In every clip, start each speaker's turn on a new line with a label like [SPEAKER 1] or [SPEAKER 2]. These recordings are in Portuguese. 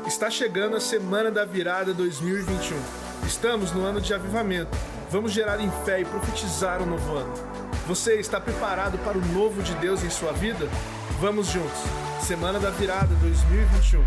[SPEAKER 1] Está chegando a Semana da Virada 2021. Estamos no ano de avivamento. Vamos gerar em fé e profetizar o novo ano. Você está preparado para o novo de Deus em sua vida? Vamos juntos. Semana da Virada 2021.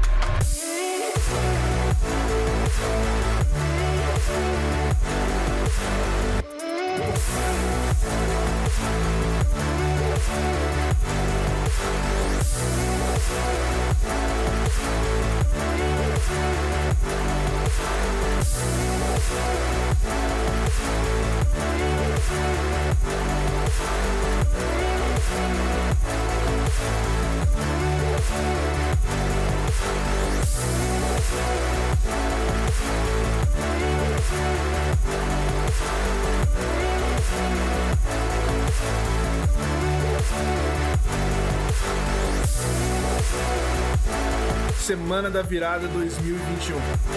[SPEAKER 1] Semana da Virada 2021.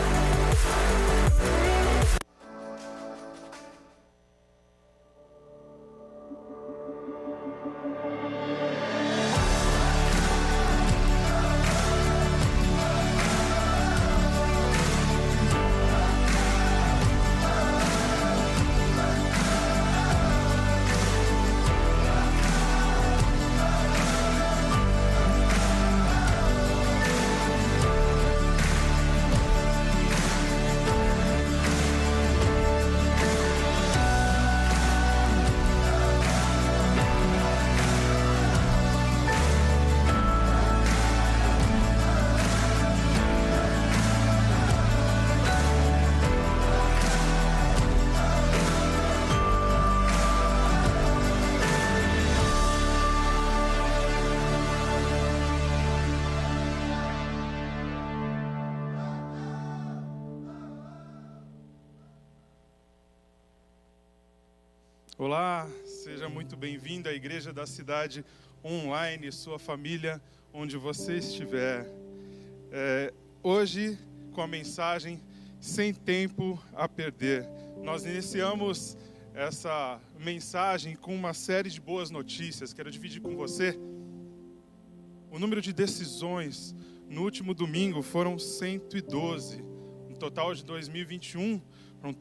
[SPEAKER 2] Olá, seja muito bem-vindo à Igreja da Cidade Online, sua família, onde você estiver. Hoje, com a mensagem Sem Tempo a Perder. Nós iniciamos essa mensagem com uma série de boas notícias. Quero dividir com você. O número de decisões no último domingo foram 112. No total de 2021, foram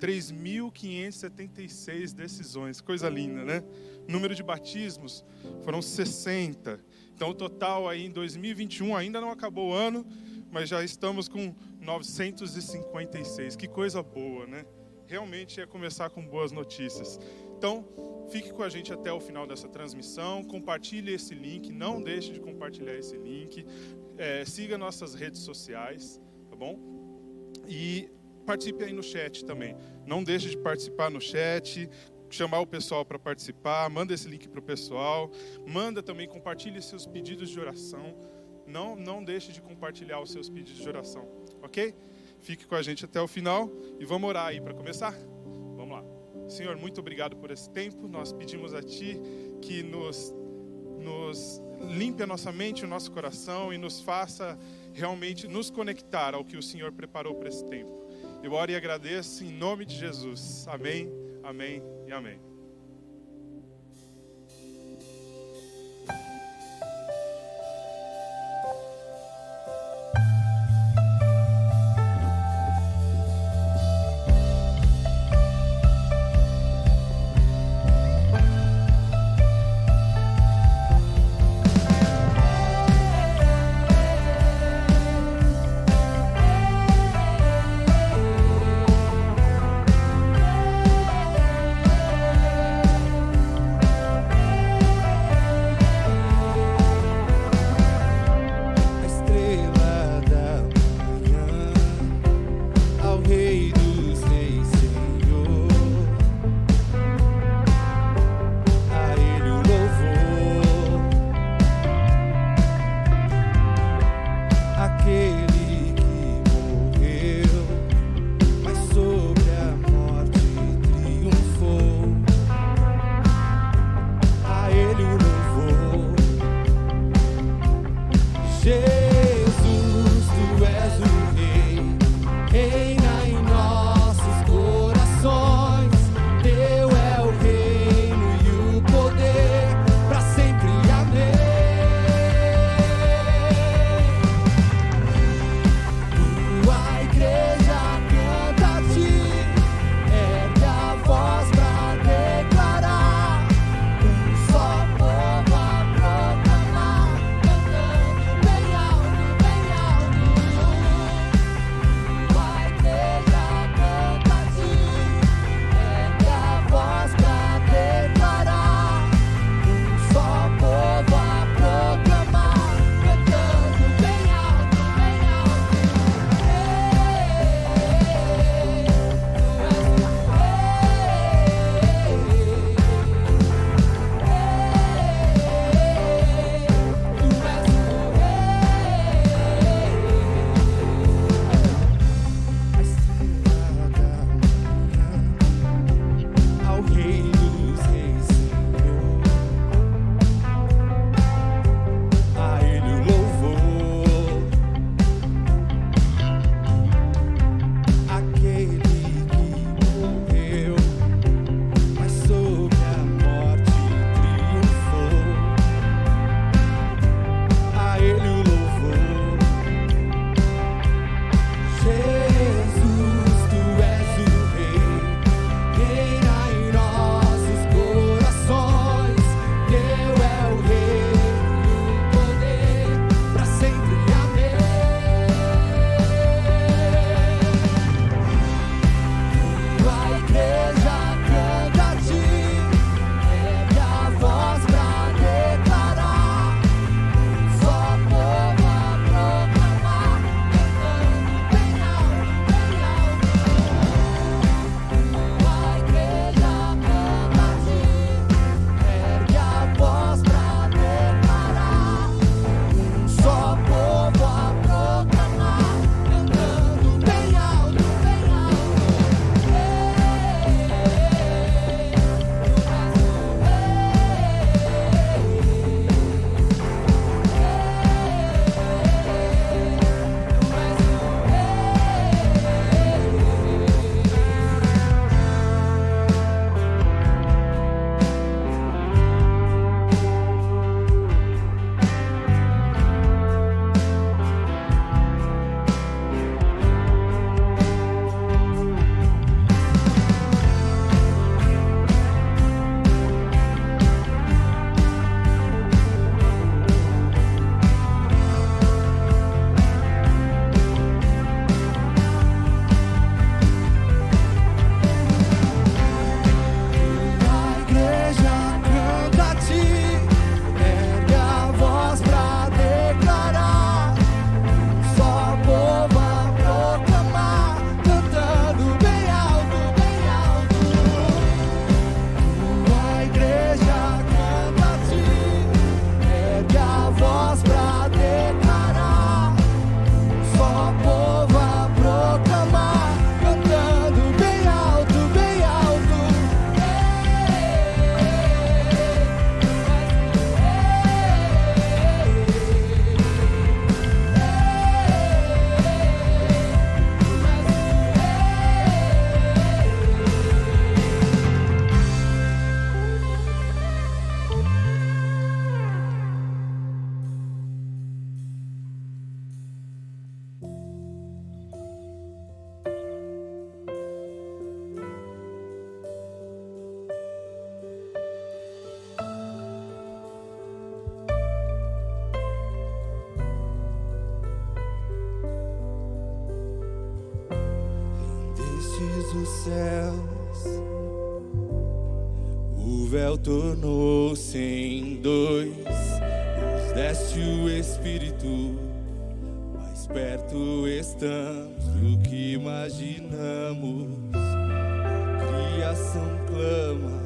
[SPEAKER 2] 3.576 decisões. Coisa linda, né? Número de batismos foram 60. Então, o total aí em 2021, ainda não acabou o ano, mas já estamos com 956. Que coisa boa, né? Realmente é começar com boas notícias. Então, fique com a gente até o final dessa transmissão. Compartilhe esse link. Não deixe de compartilhar esse link. Siga nossas redes sociais, tá bom? E participe aí no chat também. Não deixe de participar no chat, chamar o pessoal para participar, manda esse link para o pessoal, manda também, compartilhe seus pedidos de oração. Não deixe de compartilhar os seus pedidos de oração, ok? Fique com a gente até o final e vamos orar aí para começar? Vamos lá. Senhor, muito obrigado por esse tempo. Nós pedimos a Ti que nos limpe a nossa mente, o nosso coração e nos faça realmente nos conectar ao que o Senhor preparou para esse tempo. Eu oro e agradeço em nome de Jesus. Amém, amém e amém.
[SPEAKER 3] todos os céus, o véu tornou-se em dois, nos deste o Espírito, mais perto estamos do que imaginamos. A criação clama,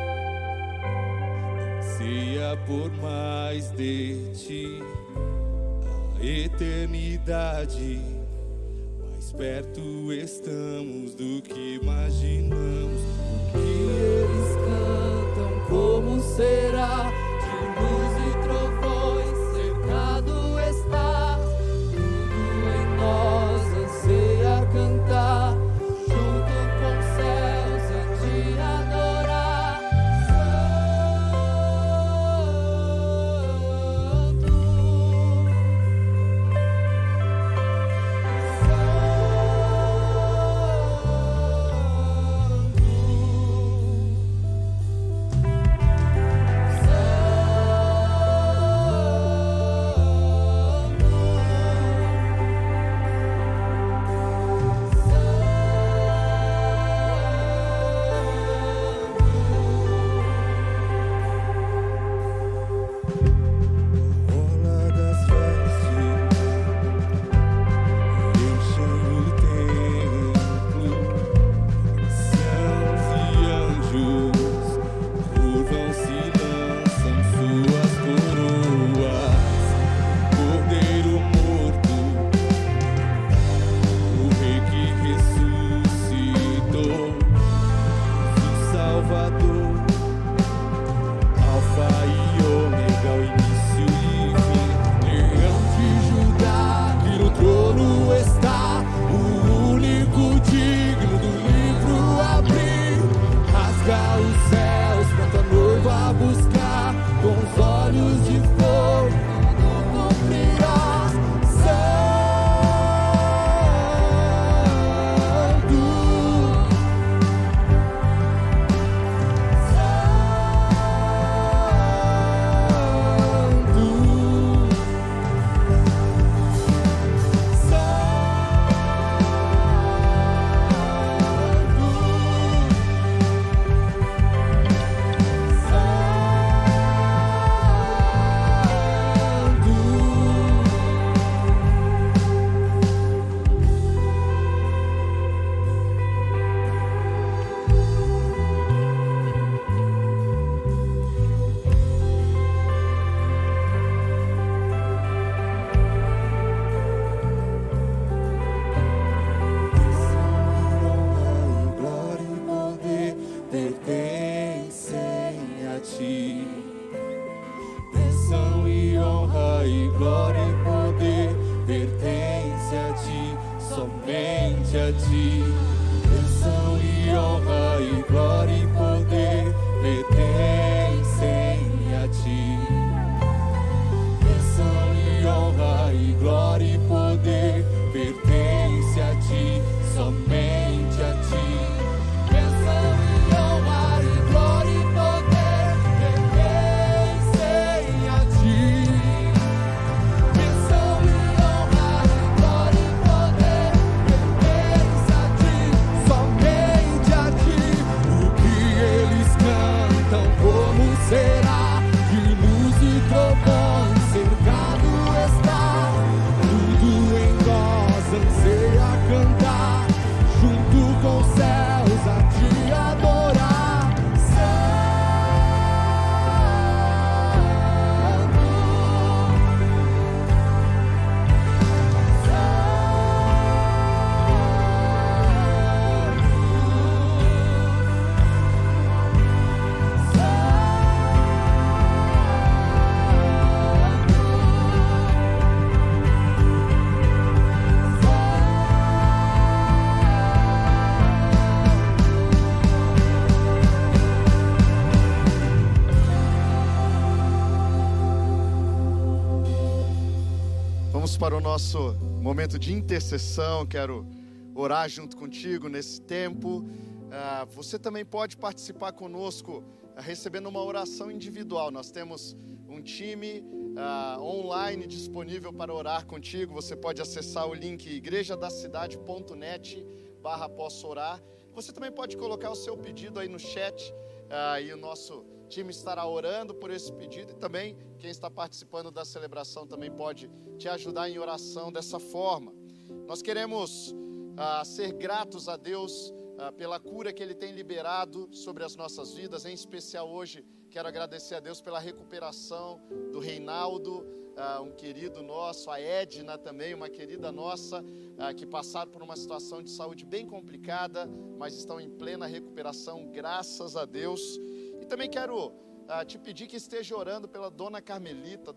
[SPEAKER 3] anseia por mais de ti, a eternidade. Mais perto estamos do que imaginamos. O que eles cantam, como será? De luz e trovões cercado está. Tudo em nós anseia cantar, junto com os céus a te adorar.
[SPEAKER 4] Para o nosso momento de intercessão, quero orar junto contigo nesse tempo. Você também pode participar conosco recebendo uma oração individual. Nós temos um time online disponível para orar contigo. Você pode acessar o link igrejadacidade.net/posso orar. Você também pode colocar o seu pedido aí no chat, e o nosso time estará orando por esse pedido, e também quem está participando da celebração também pode te ajudar em oração dessa forma. Nós queremos ser gratos a Deus pela cura que Ele tem liberado sobre as nossas vidas. Em especial hoje, quero agradecer a Deus pela recuperação do Reinaldo, um querido nosso, a Edna também, uma querida nossa, que passaram por uma situação de saúde bem complicada, mas estão em plena recuperação, graças a Deus. E também quero te pedir que esteja orando pela Dona Carmelita,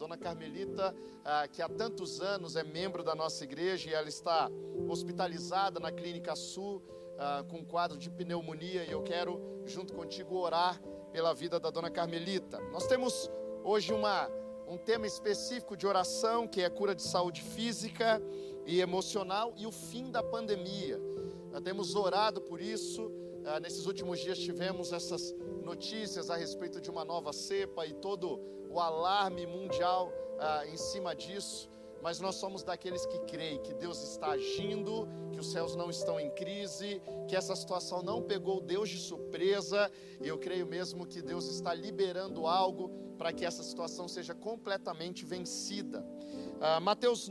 [SPEAKER 4] que há tantos anos é membro da nossa igreja, e ela está hospitalizada na Clínica Sul, com um quadro de pneumonia, e eu quero, junto contigo, orar pela vida da Dona Carmelita. Nós temos hoje um tema específico de oração, que é cura de saúde física e emocional e o fim da pandemia. Nós temos orado por isso. Nesses últimos dias tivemos essas notícias a respeito de uma nova cepa e todo o alarme mundial em cima disso. Mas nós somos daqueles que creem que Deus está agindo, que os céus não estão em crise, que essa situação não pegou Deus de surpresa, e eu creio mesmo que Deus está liberando algo para que essa situação seja completamente vencida. Mateus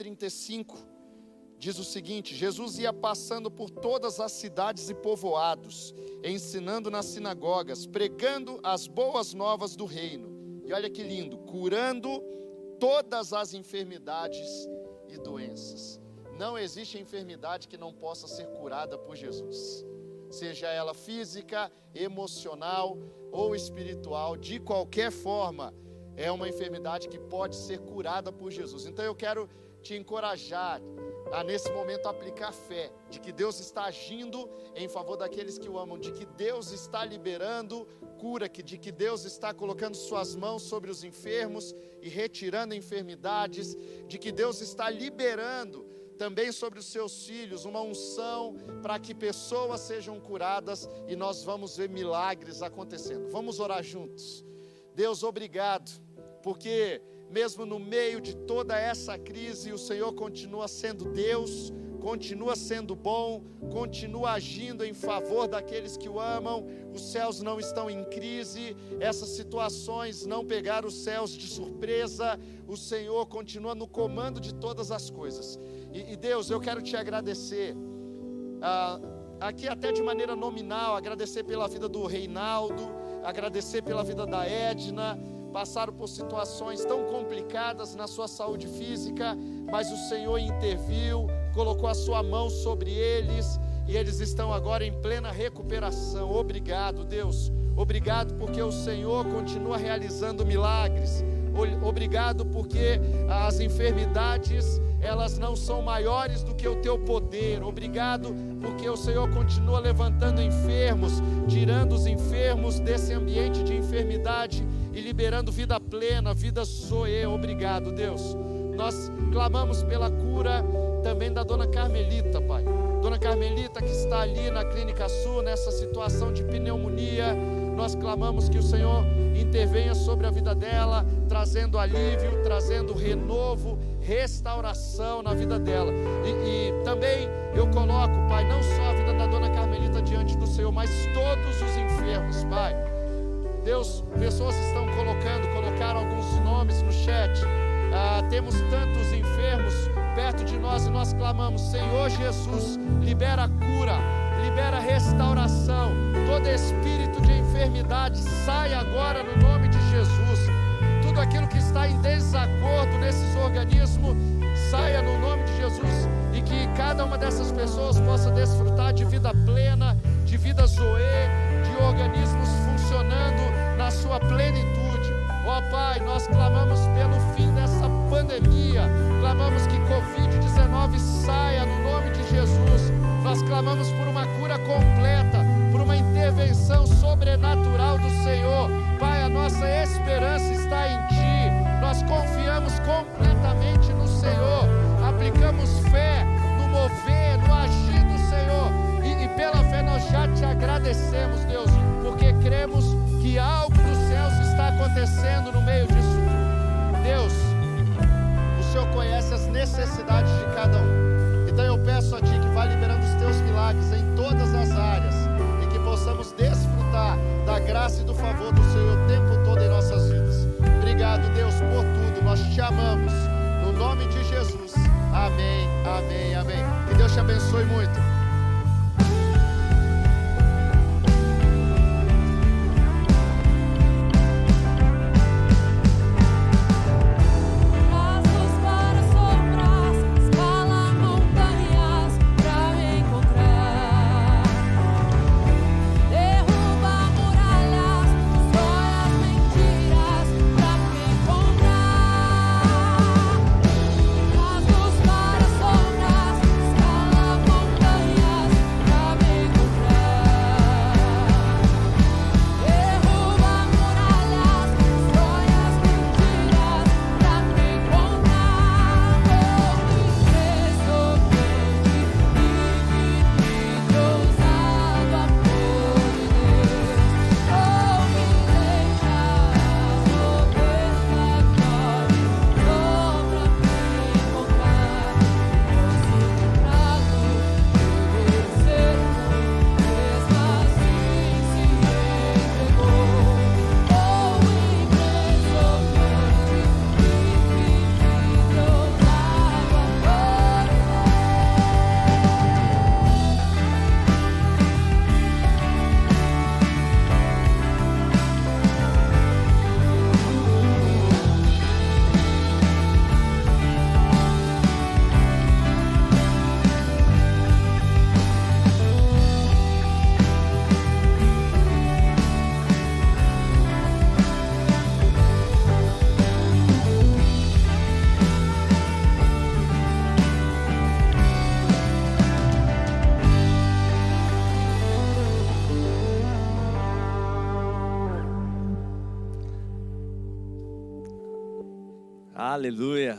[SPEAKER 4] 9:35 diz o seguinte: Jesus ia passando por todas as cidades e povoados, ensinando nas sinagogas, pregando as boas novas do reino. E olha que lindo, curando todas as enfermidades e doenças. Não existe enfermidade que não possa ser curada por Jesus, seja ela física, emocional ou espiritual. De qualquer forma, é uma enfermidade que pode ser curada por Jesus. Então eu quero te encorajar a nesse momento aplicar fé, de que Deus está agindo em favor daqueles que o amam, de que Deus está liberando cura, de que Deus está colocando suas mãos sobre os enfermos e retirando enfermidades, de que Deus está liberando também sobre os seus filhos uma unção para que pessoas sejam curadas, e nós vamos ver milagres acontecendo. Vamos orar juntos. Deus, obrigado, porque mesmo no meio de toda essa crise, o Senhor continua sendo Deus, continua sendo bom, continua agindo em favor daqueles que o amam. Os céus não estão em crise, essas situações não pegaram os céus de surpresa. O Senhor continua no comando de todas as coisas. E Deus, eu quero te agradecer, aqui até de maneira nominal, agradecer pela vida do Reinaldo, agradecer pela vida da Edna. Passaram por situações tão complicadas na sua saúde física, mas o Senhor interviu, colocou a sua mão sobre eles, e eles estão agora em plena recuperação. Obrigado, Deus, obrigado porque o Senhor continua realizando milagres. Obrigado porque as enfermidades, elas não são maiores do que o teu poder. Obrigado porque o Senhor continua levantando enfermos, tirando os enfermos desse ambiente de enfermidade e liberando vida plena, vida zoe. Obrigado, Deus. Nós clamamos pela cura também da Dona Carmelita, Pai. Dona Carmelita, que está ali na Clínica Sul, nessa situação de pneumonia, nós clamamos que o Senhor intervenha sobre a vida dela, trazendo alívio, trazendo renovo, restauração na vida dela. E também eu coloco, Pai, não só a vida da Dona Carmelita diante do Senhor, mas todos os enfermos, Pai. Deus, pessoas estão colocaram alguns nomes no chat. Temos tantos enfermos perto de nós, e nós clamamos: Senhor Jesus, libera a cura, libera a restauração. Todo espírito de enfermidade sai agora no nome de Jesus. Tudo aquilo que está em desacordo nesses organismos, saia no nome de Jesus, e que cada uma dessas pessoas possa desfrutar de vida plena, de vida zoe, de organismos funcionando na sua plenitude. Ó Pai, nós clamamos pelo fim dessa pandemia, clamamos que Covid-19 saia no nome de Jesus. Nós clamamos por uma cura completa, por uma intervenção sobrenatural do Senhor. Pai, a nossa esperança está em Ti, nós confiamos completamente no Senhor, aplicamos fé no mover, no agir do Senhor, e pela fé nós já Te agradecemos, Deus, porque cremos que algo dos céus está acontecendo no meio disso tudo. Deus, o Senhor conhece as necessidades de cada um, então eu peço a Ti que vá liberando os Teus milagres em todas as áreas, graça e do favor do Senhor o tempo todo em nossas vidas. Obrigado, Deus, por tudo. Nós te amamos. No nome de Jesus. Amém, amém, amém. Que Deus te abençoe muito.
[SPEAKER 5] Aleluia,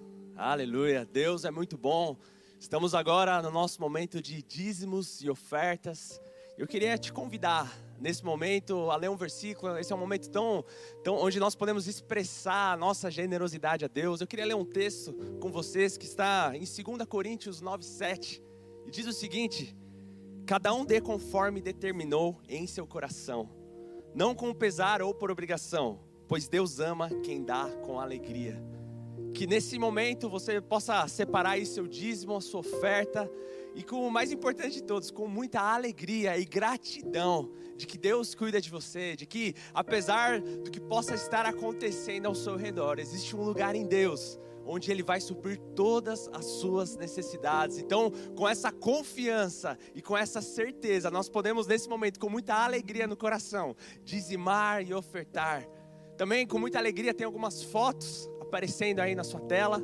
[SPEAKER 5] aleluia, Deus é muito bom. Estamos agora no nosso momento de dízimos e ofertas. Eu queria te convidar nesse momento a ler um versículo. Esse é um momento tão onde nós podemos expressar a nossa generosidade a Deus. Eu queria ler um texto com vocês que está em 2 Coríntios 9:7 e diz o seguinte: cada um dê conforme determinou em seu coração, não com pesar ou por obrigação, pois Deus ama quem dá com alegria. Que nesse momento você possa separar aí seu dízimo, a sua oferta, e com o mais importante de todos, com muita alegria e gratidão de que Deus cuida de você, de que apesar do que possa estar acontecendo ao seu redor, existe um lugar em Deus onde Ele vai suprir todas as suas necessidades. Então, com essa confiança e com essa certeza, nós podemos nesse momento, com muita alegria no coração, dizimar e ofertar. Também com muita alegria tem algumas fotos aparecendo aí na sua tela,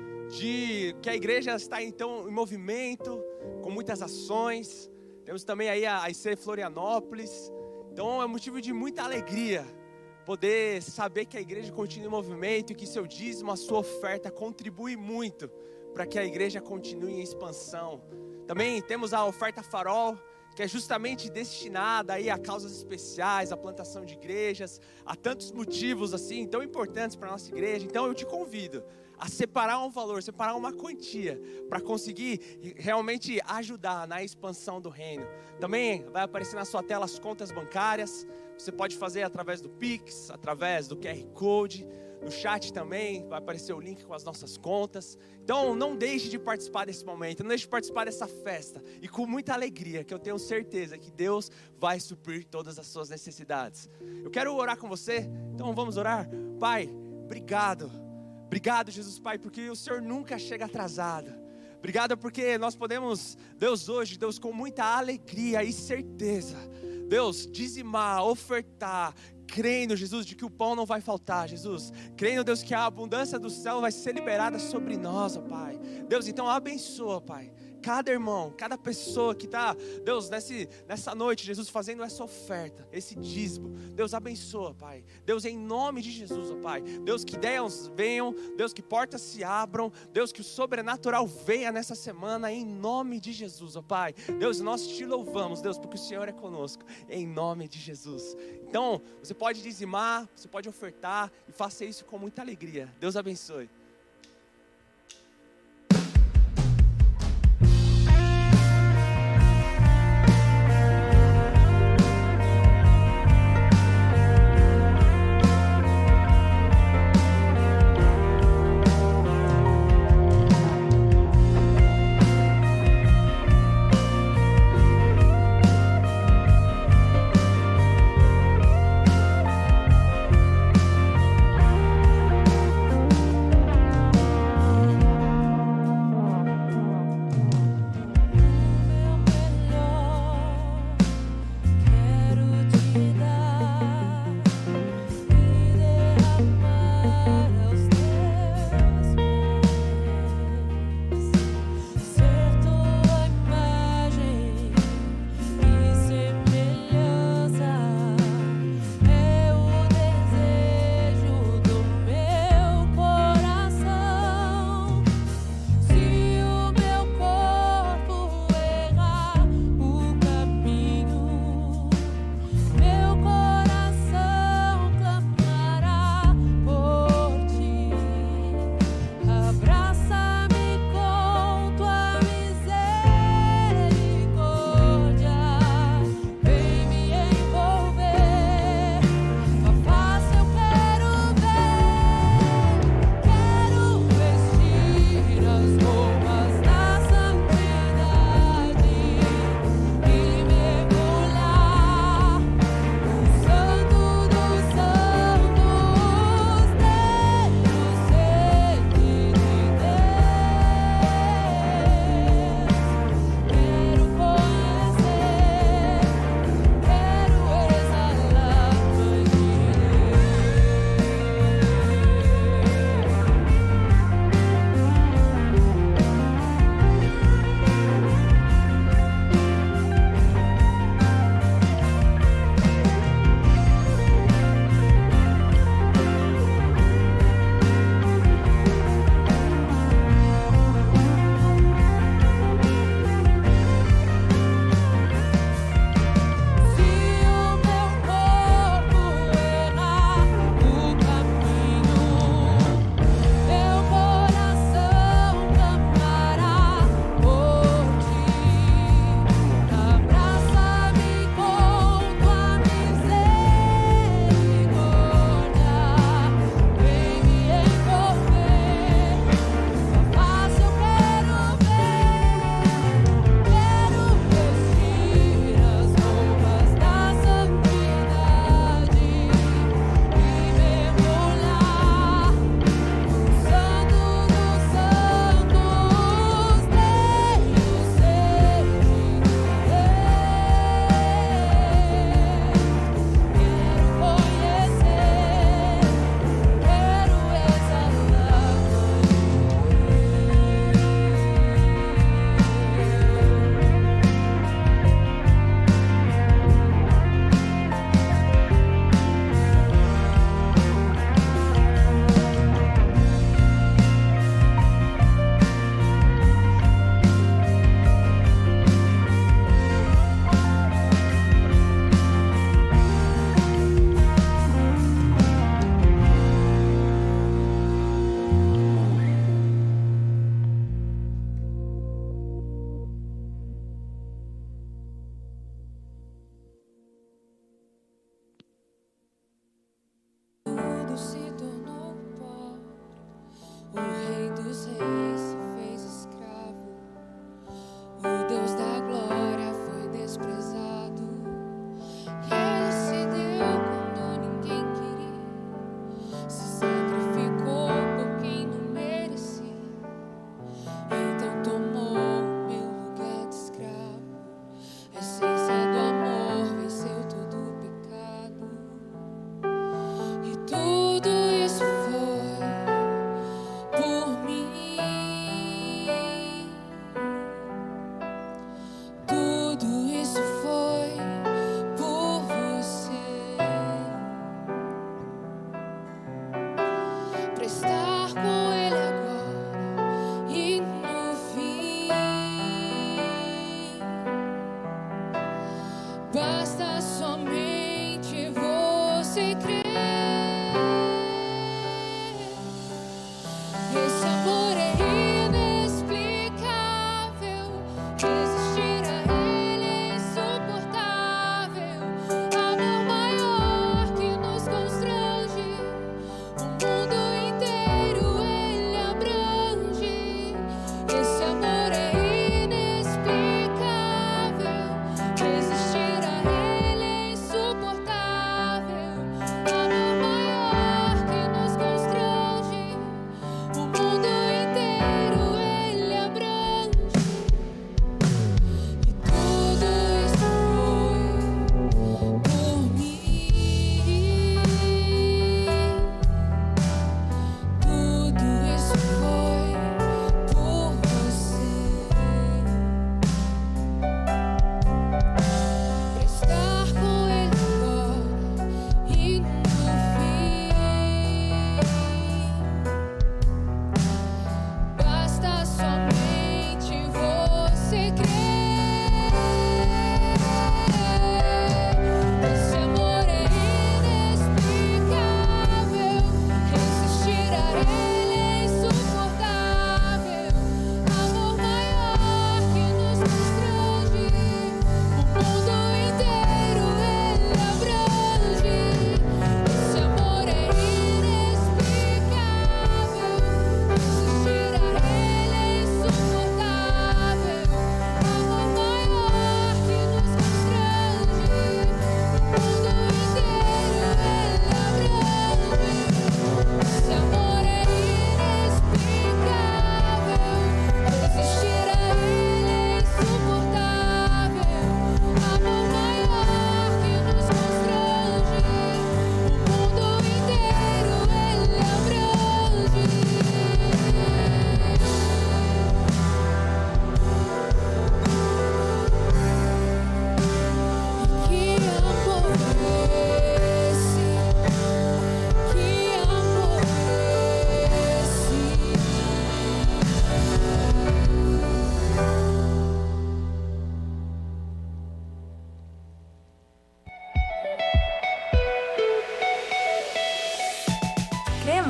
[SPEAKER 5] de que a igreja está então em movimento, com muitas ações. Temos também aí a IC Florianópolis. Então é motivo de muita alegria poder saber que a igreja continua em movimento e que seu dízimo, a sua oferta contribui muito para que a igreja continue em expansão. Também temos a oferta Farol, que é justamente destinada aí a causas especiais, a plantação de igrejas, a tantos motivos assim tão importantes para a nossa igreja. Então eu te convido a separar um valor, separar uma quantia para conseguir realmente ajudar na expansão do reino. Também vai aparecer na sua tela as contas bancárias. Você pode fazer através do Pix, através do QR Code. No chat também vai aparecer o link com as nossas contas. Então não deixe de participar desse momento, não deixe de participar dessa festa. E com muita alegria, que eu tenho certeza que Deus vai suprir todas as suas necessidades. Eu quero orar com você, então vamos orar. Pai, obrigado. Obrigado, Jesus, Pai, porque o Senhor nunca chega atrasado. Obrigado porque nós podemos, Deus, hoje, Deus, com muita alegria e certeza, Deus, dizimar, ofertar, crendo, Jesus, de que o pão não vai faltar, Jesus. Crendo, Deus, que a abundância do céu vai ser liberada sobre nós, ó Pai. Deus, então abençoa, Pai, cada irmão, cada pessoa que está, Deus, nessa noite, Jesus, fazendo essa oferta, esse dízimo. Deus, abençoa, Pai. Deus, em nome de Jesus, ó Pai. Deus, que ideias venham, Deus, que portas se abram, Deus, que o sobrenatural venha nessa semana, em nome de Jesus, ó Pai. Deus, nós te louvamos, Deus, porque o Senhor é conosco, em nome de Jesus. Então, você pode dizimar, você pode ofertar e faça isso com muita alegria. Deus abençoe.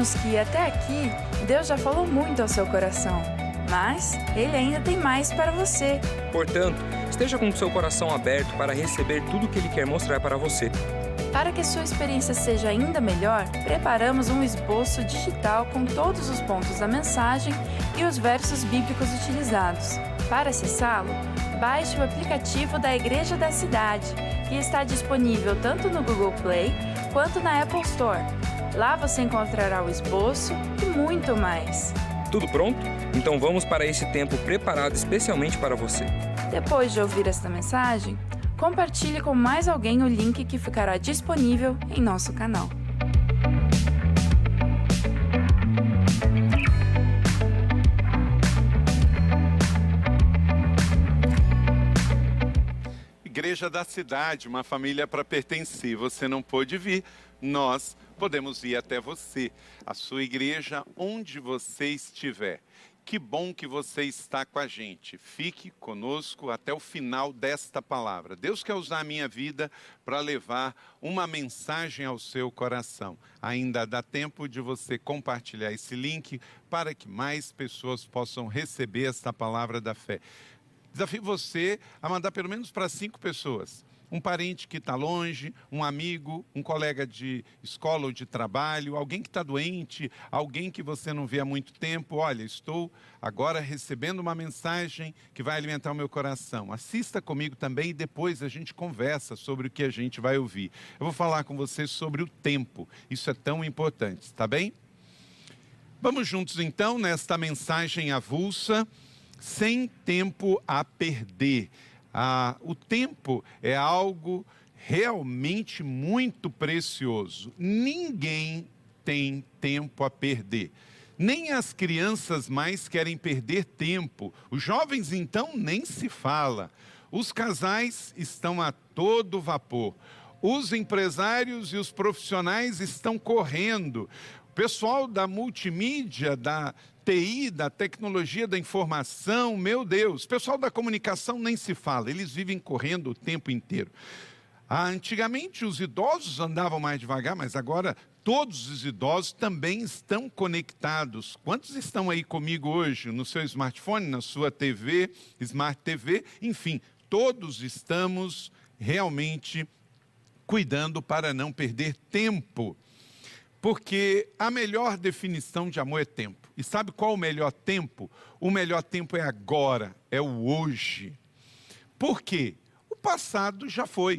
[SPEAKER 6] Sabemos que até aqui Deus já falou muito ao seu coração, mas Ele ainda tem mais para você.
[SPEAKER 7] Portanto, esteja com o seu coração aberto para receber tudo o que Ele quer mostrar para você.
[SPEAKER 6] Para que sua experiência seja ainda melhor, preparamos um esboço digital com todos os pontos da mensagem e os versos bíblicos utilizados. Para acessá-lo, baixe o aplicativo da Igreja da Cidade, que está disponível tanto no Google Play quanto na Apple Store. Lá você encontrará o esboço e muito mais.
[SPEAKER 7] Tudo pronto? Então vamos para esse tempo preparado especialmente para você.
[SPEAKER 6] Depois de ouvir esta mensagem, compartilhe com mais alguém o link que ficará disponível em nosso canal.
[SPEAKER 8] Igreja da Cidade, uma família para pertencer. Você não pôde vir, nós podemos ir até você, a sua igreja, onde você estiver. Que bom que você está com a gente. Fique conosco até o final desta palavra. Deus quer usar a minha vida para levar uma mensagem ao seu coração. Ainda dá tempo de você compartilhar esse link para que mais pessoas possam receber esta palavra da fé. Desafio você a mandar pelo menos para 5 pessoas. Um parente que está longe, um amigo, um colega de escola ou de trabalho, alguém que está doente, alguém que você não vê há muito tempo. Olha, estou agora recebendo uma mensagem que vai alimentar o meu coração. Assista comigo também e depois a gente conversa sobre o que a gente vai ouvir. Eu vou falar com você sobre o tempo. Isso é tão importante, tá bem? Vamos juntos então nesta mensagem avulsa, sem tempo a perder. O tempo é algo realmente muito precioso. Ninguém tem tempo a perder. Nem as crianças mais querem perder tempo. Os jovens, então, nem se fala. Os casais estão a todo vapor. Os empresários e os profissionais estão correndo. O pessoal da multimídia, da TI, da tecnologia da informação, meu Deus, pessoal da comunicação nem se fala, eles vivem correndo o tempo inteiro. Antigamente os idosos andavam mais devagar, mas agora todos os idosos também estão conectados. Quantos estão aí comigo hoje no seu smartphone, na sua TV, Smart TV? Enfim, todos estamos realmente cuidando para não perder tempo. Porque a melhor definição de amor é tempo. E sabe qual o melhor tempo? O melhor tempo é agora, é o hoje. Por quê? O passado já foi.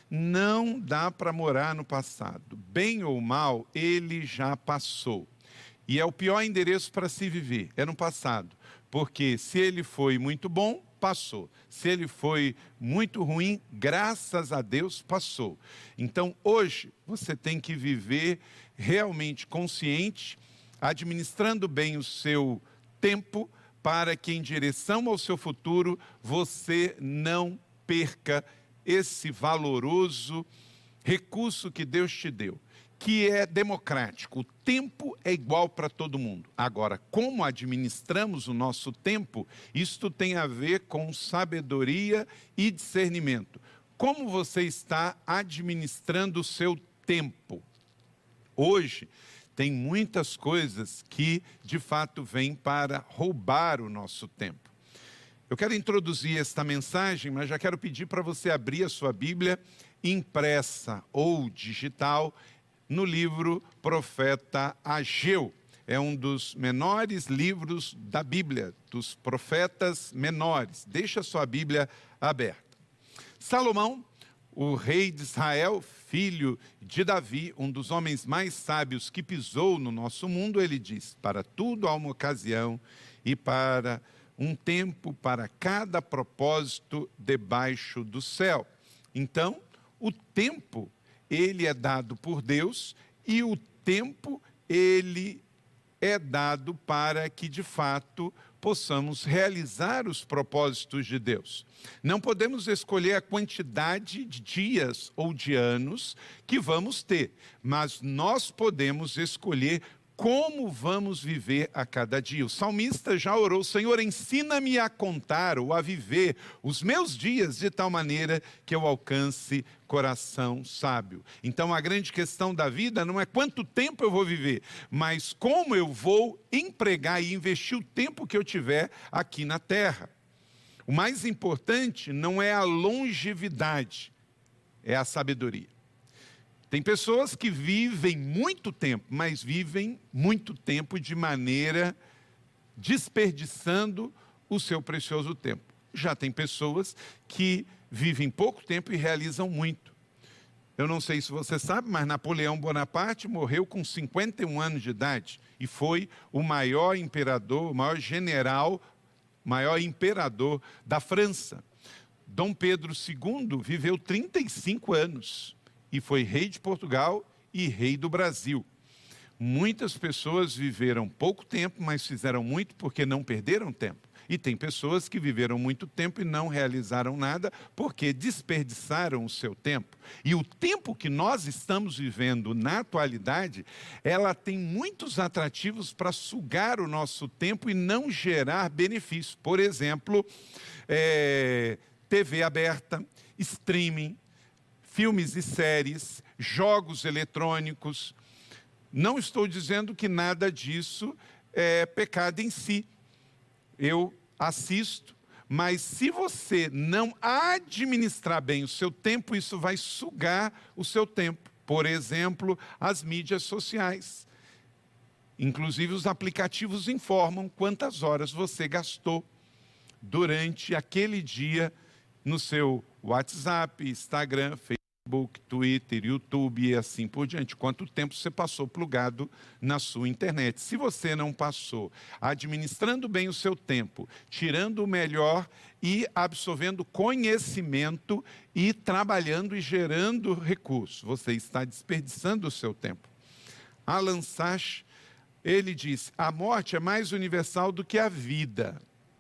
[SPEAKER 8] Não dá para morar no passado. Bem ou mal, ele já passou. E é o pior endereço para se viver, é no passado. Porque se ele foi muito bom, passou. Se ele foi muito ruim, graças a Deus, passou. Então, hoje, você tem que viver realmente consciente, administrando bem o seu tempo, para que em direção ao seu futuro, você não perca esse valoroso recurso que Deus te deu, que é democrático. O tempo é igual para todo mundo. Agora, como administramos o nosso tempo, isto tem a ver com sabedoria e discernimento. Como você está administrando o seu tempo? Hoje, tem muitas coisas que, de fato, vêm para roubar o nosso tempo. Eu quero introduzir esta mensagem, mas já quero pedir para você abrir a sua Bíblia impressa ou digital no livro Profeta Ageu. É um dos menores livros da Bíblia, dos profetas menores. Deixa a sua Bíblia aberta. Salomão, o rei de Israel, filho de Davi, um dos homens mais sábios que pisou no nosso mundo, ele diz: para tudo há uma ocasião e para um tempo para cada propósito debaixo do céu. Então, o tempo, ele é dado por Deus e o tempo, ele é dado para que, de fato, possamos realizar os propósitos de Deus. Não podemos escolher a quantidade de dias ou de anos que vamos ter, mas nós podemos escolher como vamos viver a cada dia. O salmista já orou: Senhor, ensina-me a contar ou a viver os meus dias de tal maneira que eu alcance coração sábio. Então a grande questão da vida não é quanto tempo eu vou viver, mas como eu vou empregar e investir o tempo que eu tiver aqui na terra. O mais importante não é a longevidade, é a sabedoria. Tem pessoas que vivem muito tempo, mas vivem muito tempo de maneira desperdiçando o seu precioso tempo. Já tem pessoas que vivem pouco tempo e realizam muito. Eu não sei se você sabe, mas Napoleão Bonaparte morreu com 51 anos de idade e foi o maior imperador, o maior general, maior imperador da França. Dom Pedro II viveu 35 anos. E foi rei de Portugal e rei do Brasil. Muitas pessoas viveram pouco tempo, mas fizeram muito porque não perderam tempo. E tem pessoas que viveram muito tempo e não realizaram nada porque desperdiçaram o seu tempo. E o tempo que nós estamos vivendo na atualidade, ela tem muitos atrativos para sugar o nosso tempo e não gerar benefício. Por exemplo, TV aberta, streaming, filmes e séries, jogos eletrônicos. Não estou dizendo que nada disso é pecado em si. Eu assisto, mas se você não administrar bem o seu tempo, isso vai sugar o seu tempo. Por exemplo, as mídias sociais. Inclusive os aplicativos informam quantas horas você gastou durante aquele dia no seu WhatsApp, Instagram, Facebook, Twitter, YouTube e assim por diante. Quanto tempo você passou plugado na sua internet. Se você não passou administrando bem o seu tempo, tirando o melhor e absorvendo conhecimento e trabalhando e gerando recursos, você está desperdiçando o seu tempo. Alan Sachs, ele diz: a morte é mais universal do que a vida.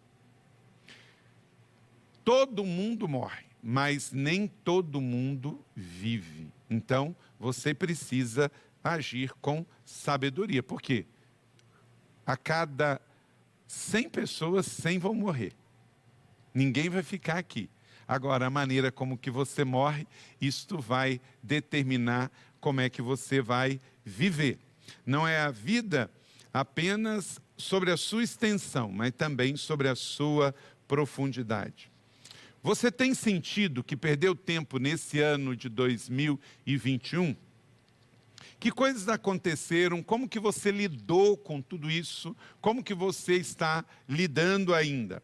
[SPEAKER 8] Todo mundo morre, mas nem todo mundo vive. Então, você precisa agir com sabedoria. Por quê? A cada 100 pessoas, 100 vão morrer. Ninguém vai ficar aqui. Agora, a maneira como que você morre, isto vai determinar como é que você vai viver. Não é a vida apenas sobre a sua extensão, mas também sobre a sua profundidade. Você tem sentido que perdeu tempo nesse ano de 2021? Que coisas aconteceram? Como que você lidou com tudo isso? Como que você está lidando ainda?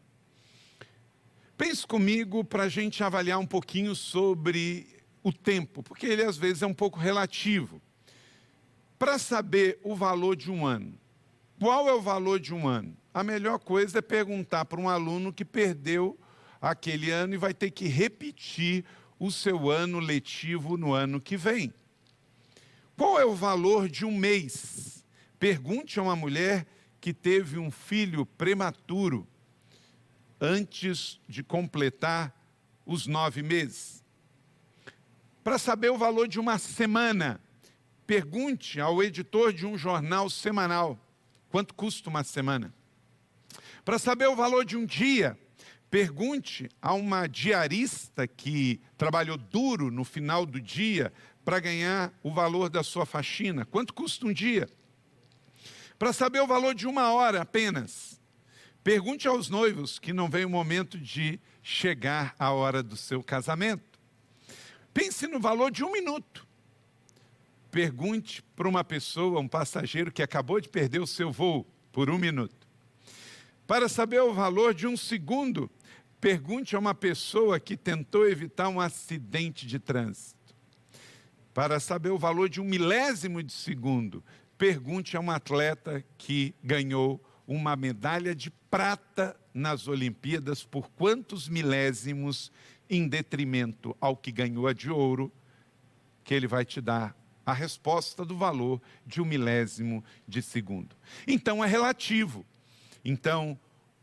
[SPEAKER 8] Pense comigo para a gente avaliar um pouquinho sobre o tempo, porque ele às vezes é um pouco relativo. Para saber o valor de um ano, qual é o valor de um ano? A melhor coisa é perguntar para um aluno que perdeu aquele ano e vai ter que repetir o seu ano letivo no ano que vem. Qual é o valor de um mês? Pergunte a uma mulher que teve um filho prematuro antes de completar os 9 meses. Para saber o valor de uma semana, pergunte ao editor de um jornal semanal quanto custa uma semana. Para saber o valor de um dia, pergunte a uma diarista que trabalhou duro no final do dia para ganhar o valor da sua faxina. Quanto custa um dia? Para saber o valor de uma hora apenas, pergunte aos noivos que não vem o momento de chegar a hora do seu casamento. Pense no valor de um minuto. Pergunte para uma pessoa, um passageiro que acabou de perder o seu voo por um minuto. Para saber o valor de um segundo, pergunte a uma pessoa que tentou evitar um acidente de trânsito. Para saber o valor de um milésimo de segundo, pergunte a um atleta que ganhou uma medalha de prata nas Olimpíadas por quantos milésimos em detrimento ao que ganhou a de ouro, que ele vai te dar a resposta do valor de um milésimo de segundo. Então é relativo. Então,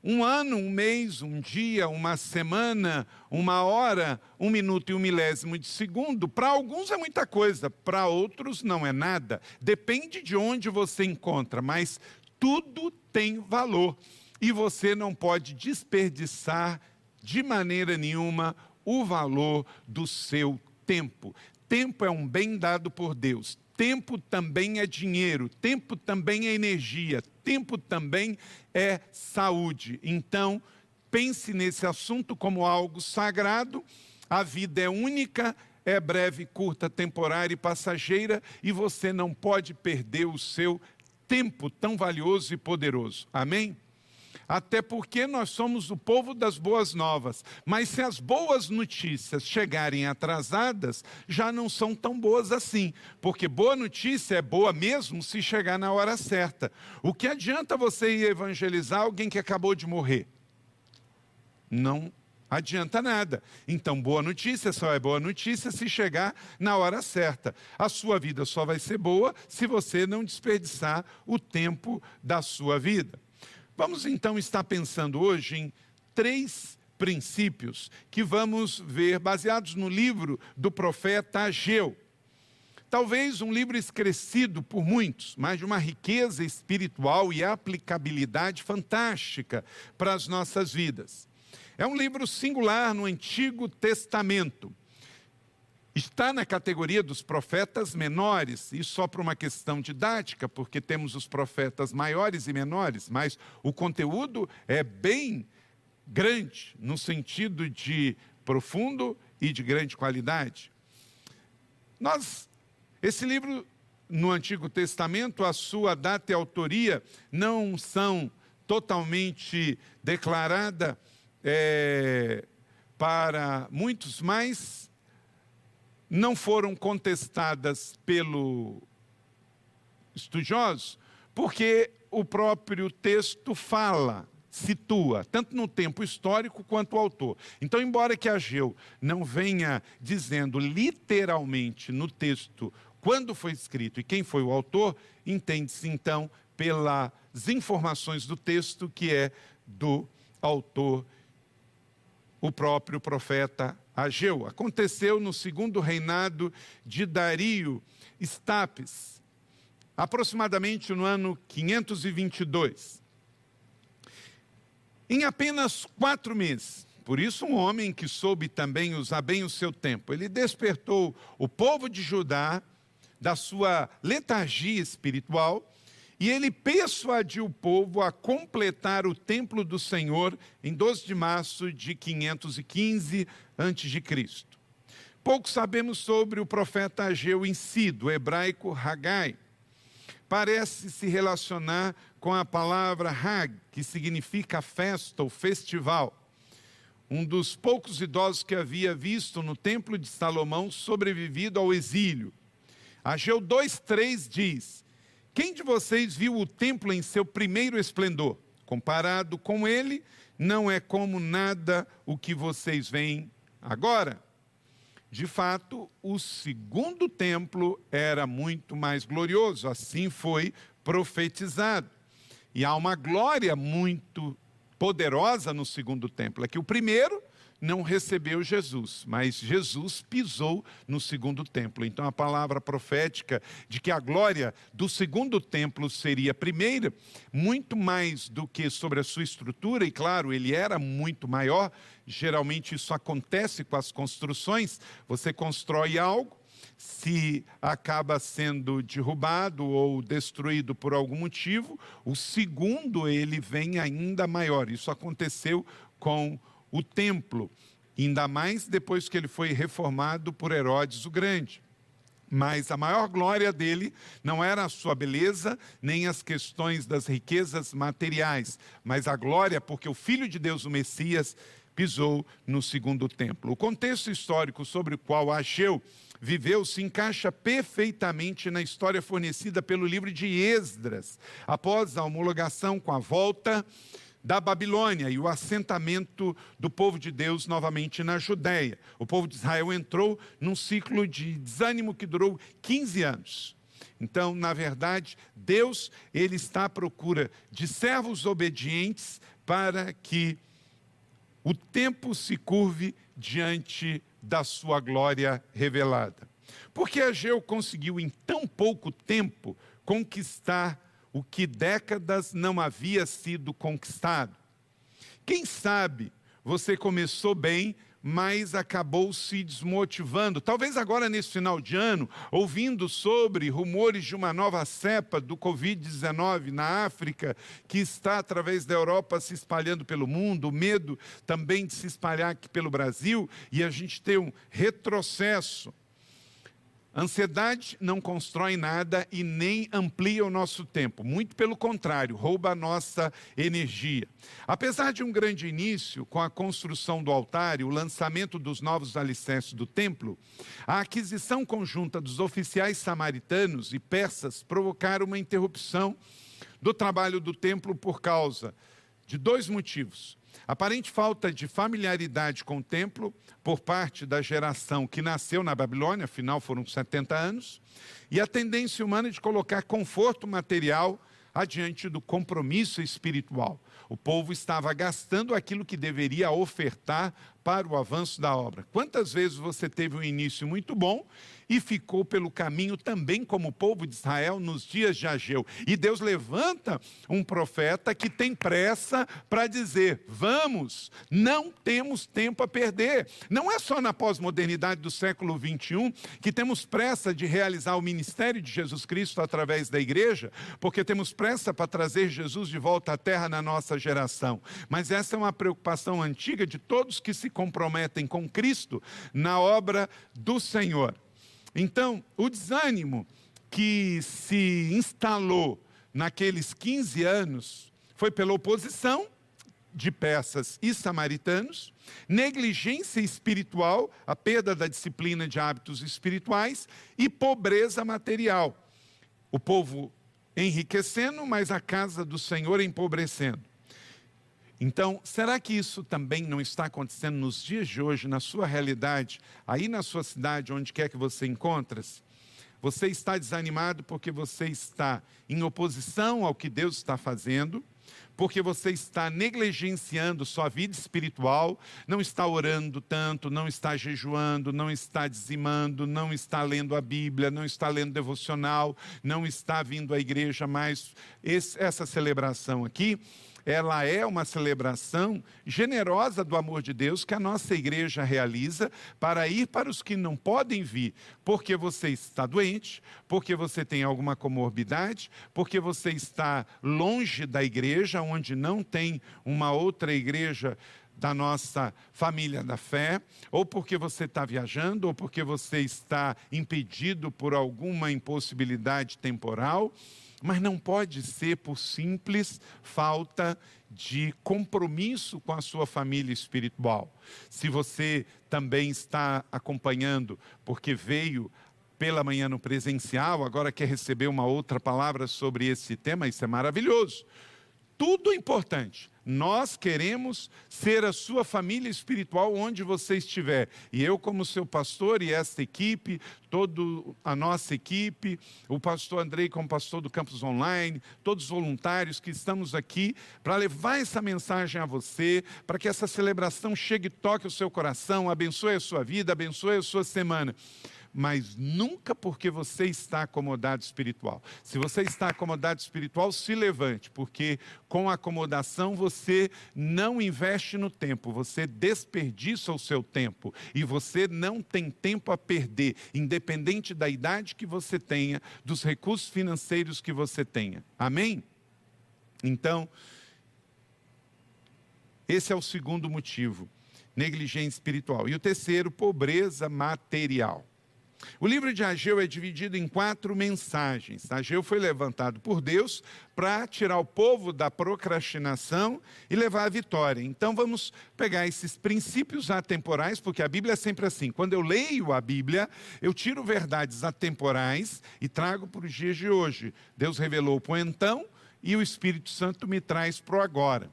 [SPEAKER 8] Um ano, um mês, um dia, uma semana, uma hora, 1 minuto e 1 milésimo de segundo, para alguns é muita coisa, para outros não é nada. Depende de onde você encontra, mas tudo tem valor. E você não pode desperdiçar de maneira nenhuma o valor do seu tempo. Tempo é um bem dado por Deus. Tempo também é dinheiro, tempo também é energia, tempo também é saúde. Então, pense nesse assunto como algo sagrado. A vida é única, é breve, curta, temporária e passageira, e você não pode perder o seu tempo tão valioso e poderoso. Amém? Até porque nós somos o povo das boas novas. Mas se as boas notícias chegarem atrasadas, já não são tão boas assim. Porque boa notícia é boa mesmo se chegar na hora certa. O que adianta você ir evangelizar alguém que acabou de morrer? Não adianta nada. Então, boa notícia só é boa notícia se chegar na hora certa. A sua vida só vai ser boa se você não desperdiçar o tempo da sua vida. Vamos então estar pensando hoje em 3 princípios que vamos ver baseados no livro do profeta Ageu. Talvez um livro esquecido por muitos, mas de uma riqueza espiritual e aplicabilidade fantástica para as nossas vidas. É um livro singular no Antigo Testamento. Está na categoria dos profetas menores, e só por uma questão didática, porque temos os profetas maiores e menores, mas o conteúdo é bem grande, no sentido de profundo e de grande qualidade. Esse livro, no Antigo Testamento, a sua data e autoria não são totalmente declaradas para muitos, mas não foram contestadas pelo estudioso, porque o próprio texto situa, tanto no tempo histórico quanto o autor. Então, embora que Ageu não venha dizendo literalmente no texto quando foi escrito e quem foi o autor, entende-se então pelas informações do texto que é do autor, o próprio profeta Ageu. Aconteceu no 2º reinado de Dario Estapes, aproximadamente no ano 522. Em apenas 4 meses, por isso um homem que soube também usar bem o seu tempo, ele despertou o povo de Judá da sua letargia espiritual, e ele persuadiu o povo a completar o templo do Senhor em 12 de março de 515 a.C. Pouco sabemos sobre o profeta Ageu em si, do hebraico Hagai. Parece se relacionar com a palavra Hag, que significa festa ou festival. Um dos poucos idosos que havia visto no templo de Salomão sobrevivido ao exílio. Ageu 2:3 diz: quem de vocês viu o templo em seu primeiro esplendor? Comparado com ele, não é como nada o que vocês veem agora. De fato, o 2º templo era muito mais glorioso, assim foi profetizado. E há uma glória muito poderosa no 2º templo. É que o primeiro não recebeu Jesus, mas Jesus pisou no 2º templo. Então a palavra profética de que a glória do 2º templo seria a primeira, muito mais do que sobre a sua estrutura, e claro, ele era muito maior. Geralmente isso acontece com as construções. Você constrói algo, se acaba sendo derrubado ou destruído por algum motivo, o segundo ele vem ainda maior. Isso aconteceu com o templo, ainda mais depois que ele foi reformado por Herodes o Grande. Mas a maior glória dele não era a sua beleza, nem as questões das riquezas materiais, mas a glória porque o Filho de Deus, o Messias, pisou no 2º templo. O contexto histórico sobre o qual Ageu viveu se encaixa perfeitamente na história fornecida pelo livro de Esdras, após a homologação com a volta da Babilônia e o assentamento do povo de Deus novamente na Judéia. O povo de Israel entrou num ciclo de desânimo que durou 15 anos. Então, na verdade, Deus, Ele está à procura de servos obedientes para que o tempo se curve diante da sua glória revelada. Porque Ageu conseguiu em tão pouco tempo conquistar o que décadas não havia sido conquistado. Quem sabe você começou bem, mas acabou se desmotivando. Talvez agora nesse final de ano, ouvindo sobre rumores de uma nova cepa do Covid-19 na África, que está através da Europa se espalhando pelo mundo, o medo também de se espalhar aqui pelo Brasil, e a gente ter um retrocesso. Ansiedade não constrói nada e nem amplia o nosso tempo. Muito pelo contrário, rouba a nossa energia. Apesar de um grande início com a construção do altar e o lançamento dos novos alicerces do templo, a aquisição conjunta dos oficiais samaritanos e persas provocaram uma interrupção do trabalho do templo por causa de 2 motivos. Aparente falta de familiaridade com o templo por parte da geração que nasceu na Babilônia, afinal foram 70 anos, e a tendência humana de colocar conforto material adiante do compromisso espiritual. O povo estava gastando aquilo que deveria ofertar para o avanço da obra. Quantas vezes você teve um início muito bom e ficou pelo caminho também como o povo de Israel nos dias de Ageu? E Deus levanta um profeta que tem pressa para dizer, vamos, não temos tempo a perder. Não é só na pós-modernidade do século 21 que temos pressa de realizar o ministério de Jesus Cristo através da igreja, porque temos pressa para trazer Jesus de volta à terra na nossa geração. Mas essa é uma preocupação antiga de todos que se comprometem com Cristo na obra do Senhor. Então, o desânimo que se instalou naqueles 15 anos foi pela oposição de persas e samaritanos, negligência espiritual, a perda da disciplina de hábitos espirituais e pobreza material. O povo enriquecendo, mas a casa do Senhor empobrecendo. Então, será que isso também não está acontecendo nos dias de hoje, na sua realidade, aí na sua cidade, onde quer que você encontre-se? Você está desanimado porque você está em oposição ao que Deus está fazendo, porque você está negligenciando sua vida espiritual, não está orando tanto, não está jejuando, não está dizimando, não está lendo a Bíblia, não está lendo devocional, não está vindo à igreja mais. Essa celebração aqui, ela é uma celebração generosa do amor de Deus que a nossa igreja realiza para ir para os que não podem vir, porque você está doente, porque você tem alguma comorbidade, porque você está longe da igreja, onde não tem uma outra igreja da nossa família da fé, ou porque você está viajando, ou porque você está impedido por alguma impossibilidade temporal. Mas não pode ser por simples falta de compromisso com a sua família espiritual. Se você também está acompanhando, porque veio pela manhã no presencial, agora quer receber uma outra palavra sobre esse tema, isso é maravilhoso. Tudo importante. Nós queremos ser a sua família espiritual onde você estiver. E eu, como seu pastor, e esta equipe, toda a nossa equipe, o pastor Andrei como pastor do Campus Online, todos os voluntários que estamos aqui para levar essa mensagem a você, para que essa celebração chegue e toque o seu coração, abençoe a sua vida, abençoe a sua semana. Mas nunca porque você está acomodado espiritual. Se você está acomodado espiritual, se levante, porque com a acomodação você não investe no tempo, você desperdiça o seu tempo e você não tem tempo a perder, independente da idade que você tenha, dos recursos financeiros que você tenha. Amém? Então, esse é o segundo motivo, negligência espiritual. E o terceiro, pobreza material. O livro de Ageu é dividido em 4 mensagens. Ageu foi levantado por Deus para tirar o povo da procrastinação e levar à vitória. Então vamos pegar esses princípios atemporais, porque a Bíblia é sempre assim. Quando eu leio a Bíblia, eu tiro verdades atemporais e trago para os dias de hoje. Deus revelou para o então e o Espírito Santo me traz para o agora.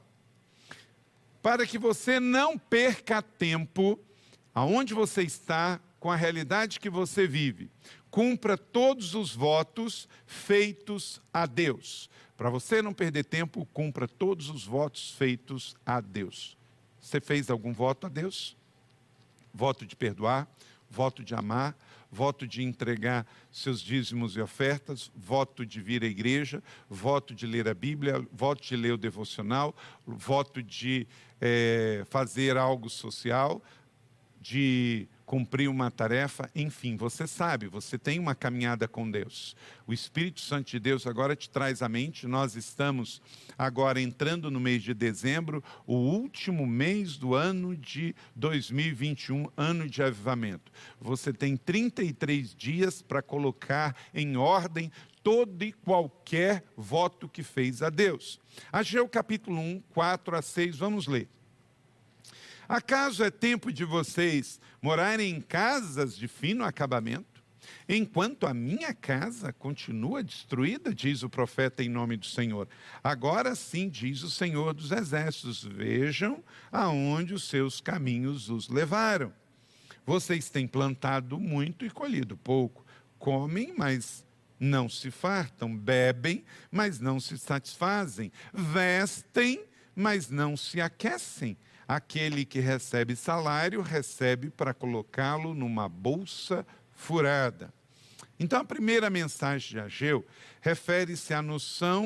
[SPEAKER 8] Para que você não perca tempo aonde você está, com a realidade que você vive, cumpra todos os votos feitos a Deus. Para você não perder tempo, cumpra todos os votos feitos a Deus. Você fez algum voto a Deus? Voto de perdoar, voto de amar, voto de entregar seus dízimos e ofertas, voto de vir à igreja, voto de ler a Bíblia, voto de ler o devocional, voto de fazer algo social, de cumprir uma tarefa, enfim, você sabe, você tem uma caminhada com Deus. O Espírito Santo de Deus agora te traz à mente, nós estamos agora entrando no mês de dezembro, o último mês do ano de 2021, ano de avivamento. Você tem 33 dias para colocar em ordem todo e qualquer voto que fez a Deus. Ageu capítulo 1, 4 a 6, vamos ler. Acaso é tempo de vocês morarem em casas de fino acabamento, enquanto a minha casa continua destruída, diz o profeta em nome do Senhor. Agora sim, diz o Senhor dos Exércitos, vejam aonde os seus caminhos os levaram. Vocês têm plantado muito e colhido pouco, comem, mas não se fartam, bebem, mas não se satisfazem, vestem, mas não se aquecem. Aquele que recebe salário, recebe para colocá-lo numa bolsa furada. Então, a primeira mensagem de Ageu refere-se à noção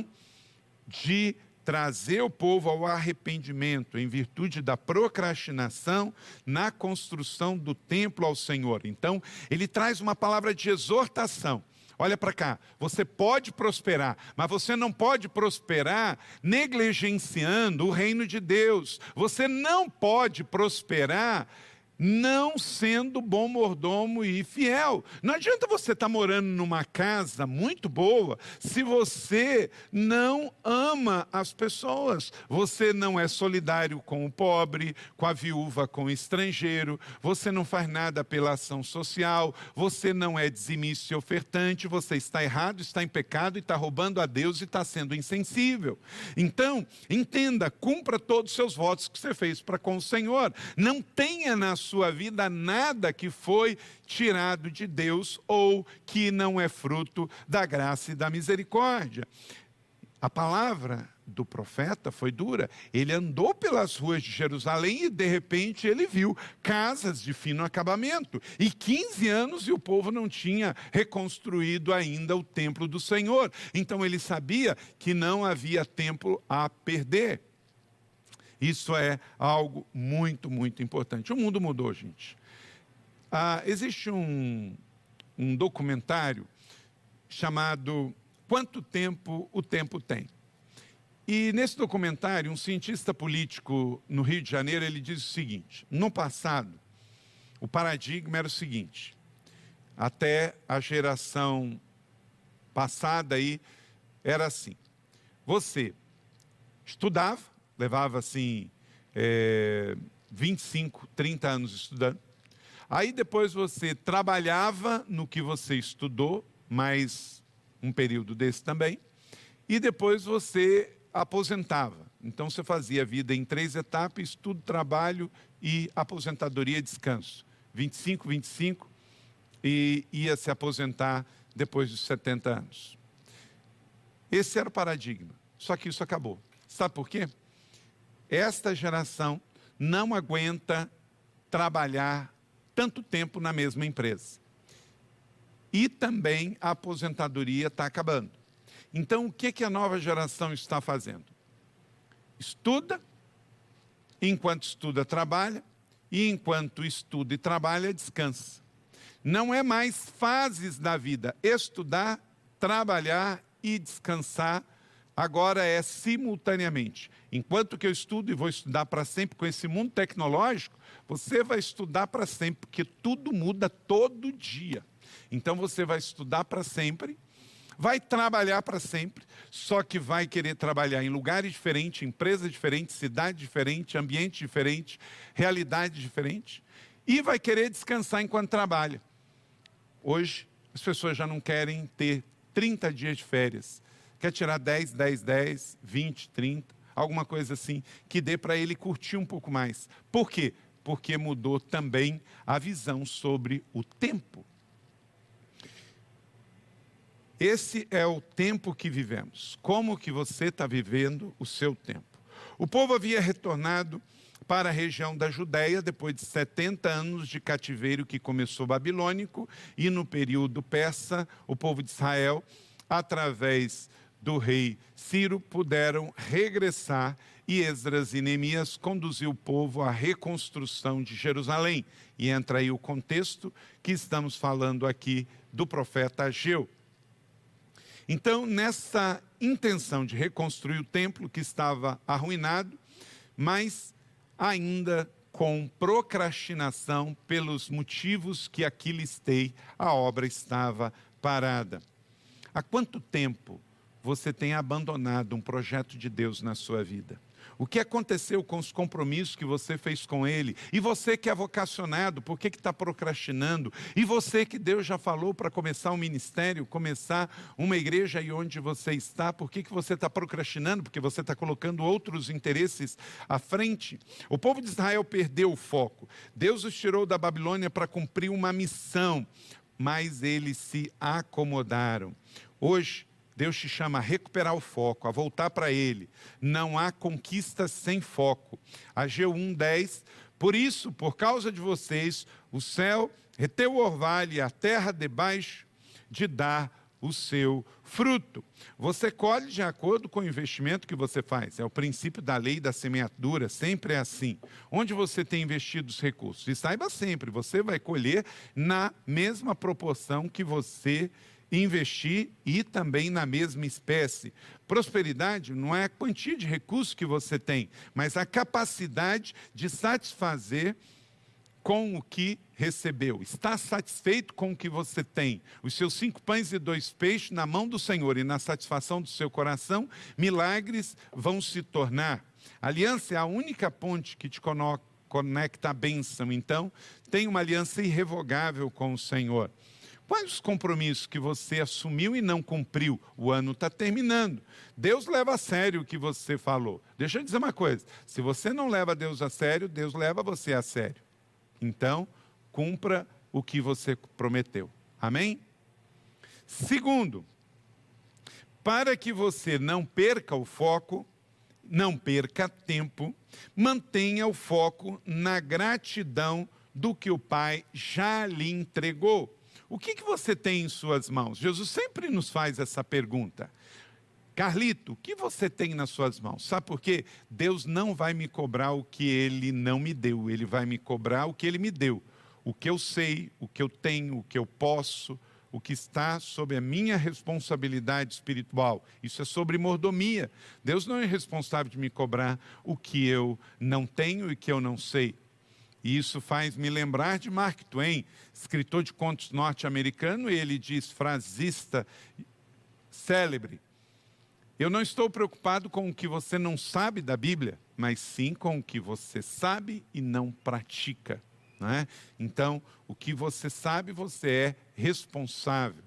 [SPEAKER 8] de trazer o povo ao arrependimento, em virtude da procrastinação na construção do templo ao Senhor. Então, ele traz uma palavra de exortação. Olha para cá, você pode prosperar, mas você não pode prosperar negligenciando o reino de Deus. Você não pode prosperar não sendo bom mordomo e fiel. Não adianta você estar morando numa casa muito boa se você não ama as pessoas. Você não é solidário com o pobre, com a viúva, com o estrangeiro. Você não faz nada pela ação social. Você não é dizimista e ofertante. Você está errado, está em pecado e está roubando a Deus e está sendo insensível. Então, entenda, cumpra todos os seus votos que você fez para com o Senhor. Não tenha na sua vida nada que foi tirado de Deus ou que não é fruto da graça e da misericórdia. A palavra do profeta foi dura. Ele andou pelas ruas de Jerusalém e de repente ele viu casas de fino acabamento. E 15 anos e o povo não tinha reconstruído ainda o templo do Senhor. Então ele sabia que não havia templo a perder. Isso é algo muito, muito importante. O mundo mudou, gente. Existe um documentário chamado Quanto Tempo o Tempo Tem? E nesse documentário, um cientista político no Rio de Janeiro, ele diz o seguinte: no passado, o paradigma era o seguinte, até a geração passada aí, era assim, você estudava, levava assim 25, 30 anos estudando. Aí depois você trabalhava no que você estudou, mais um período desse também. E depois você aposentava. Então você fazia a vida em 3 etapas, estudo, trabalho e aposentadoria e descanso. 25, 25 e ia se aposentar depois dos 70 anos. Esse era o paradigma. Só que isso acabou. Sabe por quê? Esta geração não aguenta trabalhar tanto tempo na mesma empresa. E também a aposentadoria está acabando. Então, o que a nova geração está fazendo? Estuda, enquanto estuda, trabalha, e enquanto estuda e trabalha, descansa. Não é mais fases da vida, estudar, trabalhar e descansar. Agora é simultaneamente. Enquanto que eu estudo e vou estudar para sempre com esse mundo tecnológico, você vai estudar para sempre, porque tudo muda todo dia. Então você vai estudar para sempre, vai trabalhar para sempre, só que vai querer trabalhar em lugares diferentes, empresas diferentes, cidade diferente, ambiente diferente, realidade diferente, e vai querer descansar enquanto trabalha. Hoje, as pessoas já não querem ter 30 dias de férias. Quer tirar 10, 10, 10, 20, 30, alguma coisa assim, que dê para ele curtir um pouco mais. Por quê? Porque mudou também a visão sobre o tempo. Esse é o tempo que vivemos. Como que você está vivendo o seu tempo? O povo havia retornado para a região da Judéia depois de 70 anos de cativeiro que começou babilônico, e no período persa, o povo de Israel, através do rei Ciro, puderam regressar, e Esdras e Neemias conduziu o povo à reconstrução de Jerusalém. E entra aí o contexto que estamos falando aqui do profeta Ageu. Então, nessa intenção de reconstruir o templo que estava arruinado, mas ainda com procrastinação pelos motivos que aqui listei, a obra estava parada. Há quanto tempo você tem abandonado um projeto de Deus na sua vida? O que aconteceu com os compromissos que você fez com Ele? E você que é vocacionado, por que está procrastinando? E você que Deus já falou para começar um ministério, começar uma igreja aí onde você está, por que você está procrastinando? Porque você está colocando outros interesses à frente. O povo de Israel perdeu o foco. Deus os tirou da Babilônia para cumprir uma missão, mas eles se acomodaram. Hoje, Deus te chama a recuperar o foco, a voltar para Ele. Não há conquista sem foco. Ageu 1:10, por isso, por causa de vocês, o céu reteu o orvalho e a terra debaixo de dar o seu fruto. Você colhe de acordo com o investimento que você faz. É o princípio da lei da semeadura, sempre é assim. Onde você tem investido os recursos? E saiba sempre, você vai colher na mesma proporção que você investir, e também na mesma espécie. Prosperidade não é a quantia de recursos que você tem, mas a capacidade de satisfazer com o que recebeu. Está satisfeito com o que você tem. Os seus 5 pães e 2 peixes na mão do Senhor e na satisfação do seu coração, milagres vão se tornar. A aliança é a única ponte que te conecta à bênção. Então, tem uma aliança irrevogável com o Senhor. Quais os compromissos que você assumiu e não cumpriu? O ano está terminando. Deus leva a sério o que você falou. Deixa eu dizer uma coisa. Se você não leva Deus a sério, Deus leva você a sério. Então, cumpra o que você prometeu. Amém? Segundo, para que você não perca o foco, não perca tempo, mantenha o foco na gratidão do que o Pai já lhe entregou. O que você tem em suas mãos? Jesus sempre nos faz essa pergunta. Carlito, o que você tem nas suas mãos? Sabe por quê? Deus não vai me cobrar o que Ele não me deu. Ele vai me cobrar o que Ele me deu. O que eu sei, o que eu tenho, o que eu posso, o que está sob a minha responsabilidade espiritual. Isso é sobre mordomia. Deus não é responsável de me cobrar o que eu não tenho e que eu não sei. E isso faz me lembrar de Mark Twain, escritor de contos norte-americano, e ele diz, frasista célebre: eu não estou preocupado com o que você não sabe da Bíblia, mas sim com o que você sabe e não pratica. Não é? Então, o que você sabe, você é responsável.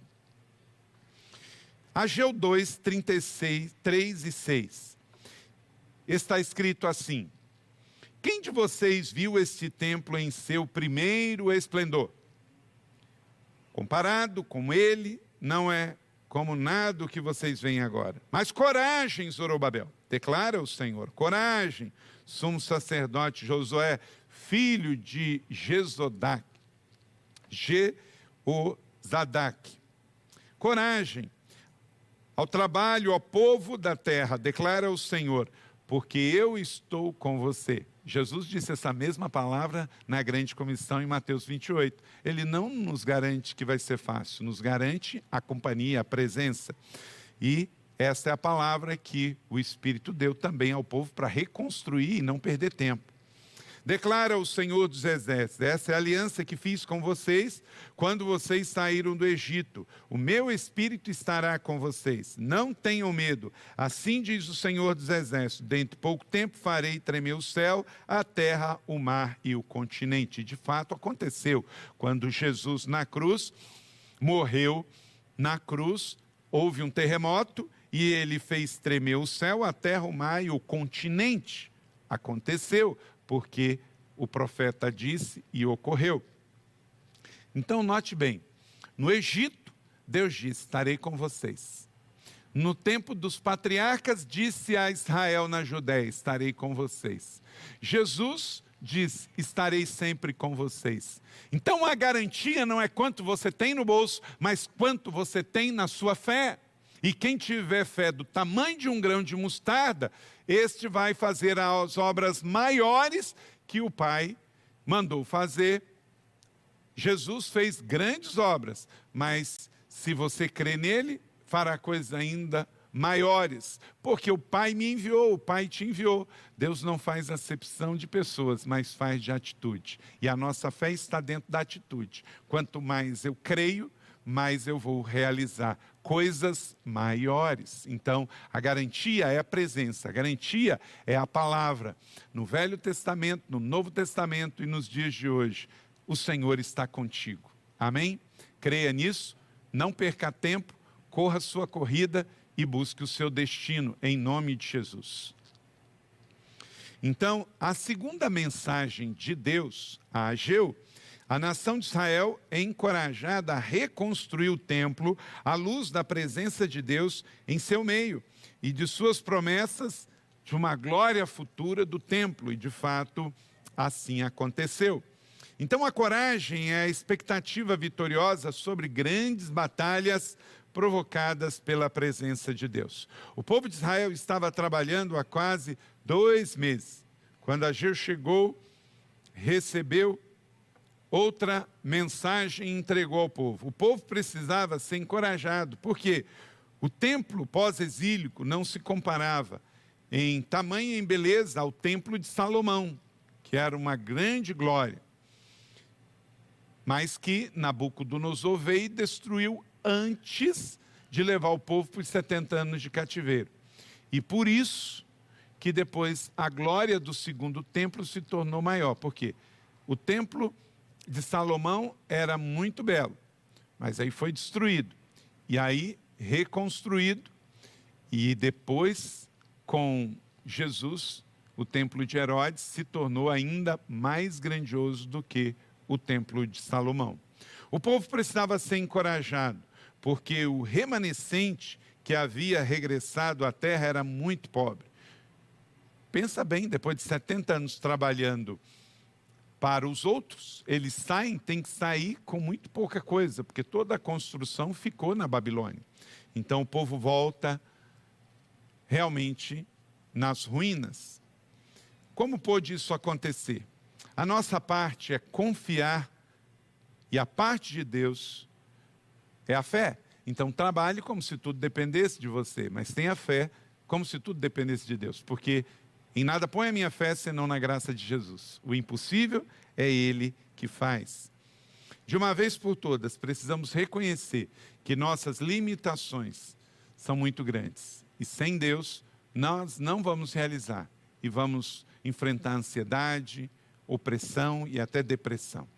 [SPEAKER 8] Ageu 2, 3 e 6. Está escrito assim: quem de vocês viu este templo em seu primeiro esplendor? Comparado com ele, não é como nada o que vocês veem agora. Mas coragem, Zorobabel, declara o Senhor, coragem, sumo sacerdote Josué, filho de Jezodac, coragem, ao trabalho, ao povo da terra, declara o Senhor, porque eu estou com você. Jesus disse essa mesma palavra na grande comissão em Mateus 28. Ele não nos garante que vai ser fácil, nos garante a companhia, a presença. E essa é a palavra que o Espírito deu também ao povo para reconstruir e não perder tempo. Declara o Senhor dos Exércitos: essa é a aliança que fiz com vocês quando vocês saíram do Egito. O meu Espírito estará com vocês. Não tenham medo. Assim diz o Senhor dos Exércitos: dentro de pouco tempo farei tremer o céu, a terra, o mar e o continente. De fato, aconteceu. Quando Jesus na cruz, morreu na cruz, houve um terremoto e ele fez tremer o céu, a terra, o mar e o continente. Aconteceu. Porque o profeta disse e ocorreu. Então, note bem, no Egito, Deus disse: estarei com vocês. No tempo dos patriarcas, disse a Israel na Judéia: estarei com vocês. Jesus diz: estarei sempre com vocês. Então a garantia não é quanto você tem no bolso, mas quanto você tem na sua fé. E quem tiver fé do tamanho de um grão de mostarda, este vai fazer as obras maiores que o Pai mandou fazer. Jesus fez grandes obras, mas se você crê nele, fará coisas ainda maiores, porque o Pai me enviou, o Pai te enviou. Deus não faz acepção de pessoas, mas faz de atitude. E a nossa fé está dentro da atitude. Quanto mais eu creio, mais eu vou realizar coisas maiores. Então, a garantia é a presença, a garantia é a palavra. No Velho Testamento, no Novo Testamento e nos dias de hoje, o Senhor está contigo. Amém? Creia nisso, não perca tempo, corra a sua corrida e busque o seu destino, em nome de Jesus. Então, a segunda mensagem de Deus a Ageu: a nação de Israel é encorajada a reconstruir o templo à luz da presença de Deus em seu meio e de suas promessas de uma glória futura do templo. E, de fato, assim aconteceu. Então, a coragem é a expectativa vitoriosa sobre grandes batalhas provocadas pela presença de Deus. O povo de Israel estava trabalhando há quase 2 meses. Quando Ageu chegou, recebeu outra mensagem e entregou ao povo. O povo precisava ser encorajado, porque o templo pós-exílico não se comparava em tamanho e em beleza ao templo de Salomão, que era uma grande glória, mas que Nabucodonosor veio e destruiu antes de levar o povo por 70 anos de cativeiro. E por isso que depois a glória do segundo templo se tornou maior, porque o templo de Salomão era muito belo, mas aí foi destruído, e aí reconstruído, e depois com Jesus, o templo de Herodes se tornou ainda mais grandioso do que o templo de Salomão. O povo precisava ser encorajado, porque o remanescente que havia regressado à terra era muito pobre. Pensa bem, depois de 70 anos trabalhando para os outros, eles têm que sair com muito pouca coisa, porque toda a construção ficou na Babilônia. Então o povo volta realmente nas ruínas. Como pôde isso acontecer? A nossa parte é confiar, e a parte de Deus é a fé. Então trabalhe como se tudo dependesse de você, mas tenha fé como se tudo dependesse de Deus, porque em nada põe a minha fé senão na graça de Jesus. O impossível é Ele que faz. De uma vez por todas, precisamos reconhecer que nossas limitações são muito grandes. E sem Deus, nós não vamos realizar. E vamos enfrentar ansiedade, opressão e até depressão.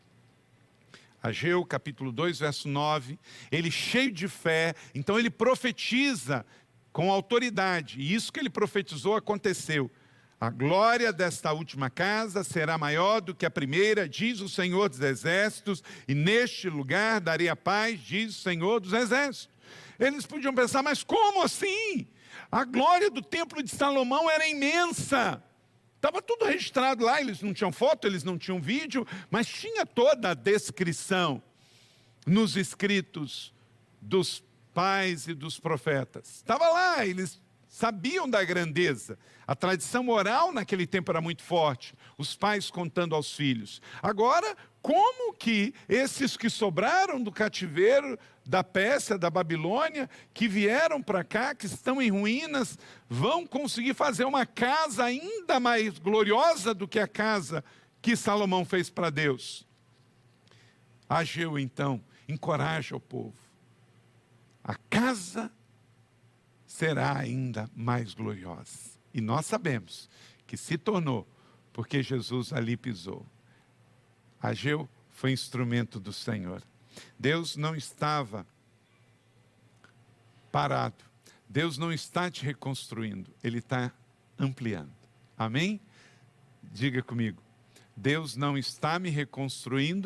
[SPEAKER 8] Ageu, capítulo 2, verso 9, ele cheio de fé, então ele profetiza com autoridade. E isso que ele profetizou aconteceu. A glória desta última casa será maior do que a primeira, diz o Senhor dos Exércitos, e neste lugar darei a paz, diz o Senhor dos Exércitos. Eles podiam pensar, mas como assim? A glória do templo de Salomão era imensa. Estava tudo registrado lá, eles não tinham foto, eles não tinham vídeo, mas tinha toda a descrição nos escritos dos pais e dos profetas. Estava lá, eles sabiam da grandeza. A tradição oral naquele tempo era muito forte, os pais contando aos filhos. Agora, como que esses que sobraram do cativeiro da Pérsia, da Babilônia, que vieram para cá, que estão em ruínas, vão conseguir fazer uma casa ainda mais gloriosa do que a casa que Salomão fez para Deus? Ageu, então, encoraja o povo. A casa será ainda mais gloriosa. E nós sabemos que se tornou, porque Jesus ali pisou. Ageu foi instrumento do Senhor. Deus não estava parado. Deus não está te reconstruindo. Ele está ampliando. Amém? Diga comigo. Deus não está me reconstruindo.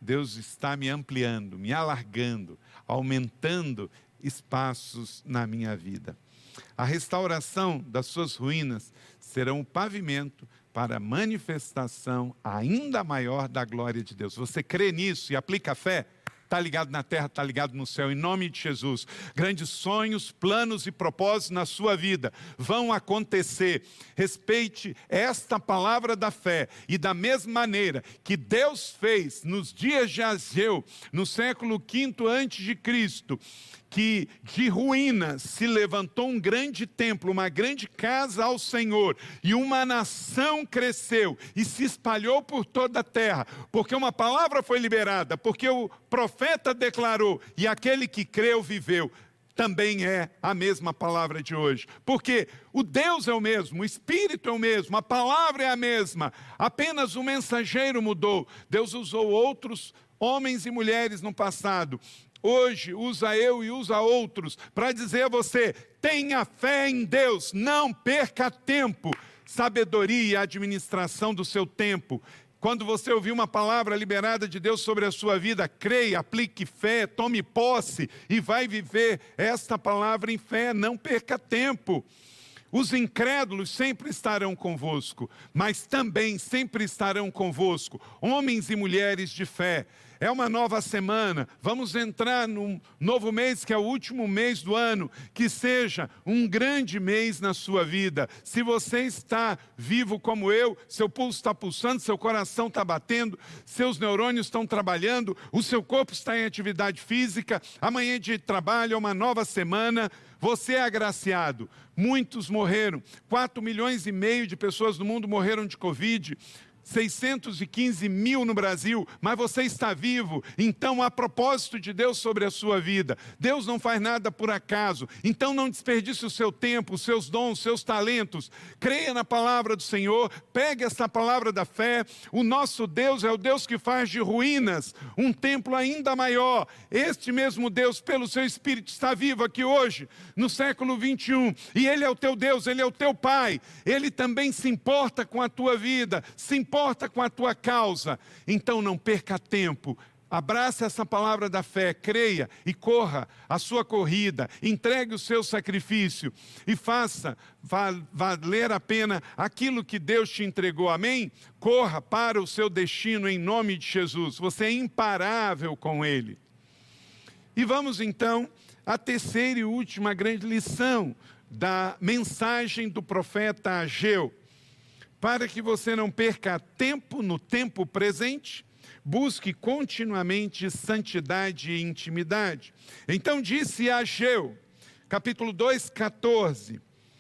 [SPEAKER 8] Deus está me ampliando, me alargando, aumentando espaços na minha vida. A restauração das suas ruínas serão o pavimento para a manifestação ainda maior da glória de Deus. Você crê nisso e aplica a fé? Está ligado na terra, está ligado no céu, em nome de Jesus. Grandes sonhos, planos e propósitos na sua vida vão acontecer. Respeite esta palavra da fé. E da mesma maneira que Deus fez nos dias de Ageu, no século V a.C., que de ruínas se levantou um grande templo, uma grande casa ao Senhor, e uma nação cresceu e se espalhou por toda a terra, porque uma palavra foi liberada, porque o profeta declarou, e aquele que creu viveu. Também é a mesma palavra de hoje, porque o Deus é o mesmo, o Espírito é o mesmo, a palavra é a mesma, apenas o mensageiro mudou. Deus usou outros homens e mulheres no passado, hoje usa eu e usa outros para dizer a você: tenha fé em Deus, não perca tempo. Sabedoria e administração do seu tempo. Quando você ouvir uma palavra liberada de Deus sobre a sua vida, creia, aplique fé, tome posse e vai viver esta palavra em fé, não perca tempo. Os incrédulos sempre estarão convosco, mas também sempre estarão convosco homens e mulheres de fé. É uma nova semana, vamos entrar num novo mês, que é o último mês do ano, que seja um grande mês na sua vida. Se você está vivo como eu, seu pulso está pulsando, seu coração está batendo, seus neurônios estão trabalhando, o seu corpo está em atividade física, amanhã é dia de trabalho, é uma nova semana, você é agraciado. Muitos morreram, 4,5 milhões de pessoas no mundo morreram de Covid, 615 mil no Brasil, mas você está vivo, então há propósito de Deus sobre a sua vida. Deus não faz nada por acaso, então não desperdice o seu tempo, os seus dons, os seus talentos. Creia na palavra do Senhor, pegue essa palavra da fé. O nosso Deus é o Deus que faz de ruínas um templo ainda maior. Este mesmo Deus, pelo seu Espírito, está vivo aqui hoje, no século 21, e Ele é o teu Deus, Ele é o teu Pai. Ele também se importa com a tua vida, se importa com a tua causa. Então não perca tempo, abrace essa palavra da fé, creia e corra a sua corrida, entregue o seu sacrifício e faça valer a pena aquilo que Deus te entregou, amém? Corra para o seu destino em nome de Jesus, você é imparável com Ele. E vamos então à terceira e última grande lição da mensagem do profeta Ageu. Para que você não perca tempo no tempo presente, busque continuamente santidade e intimidade. Então disse Ageu, capítulo 2, 14.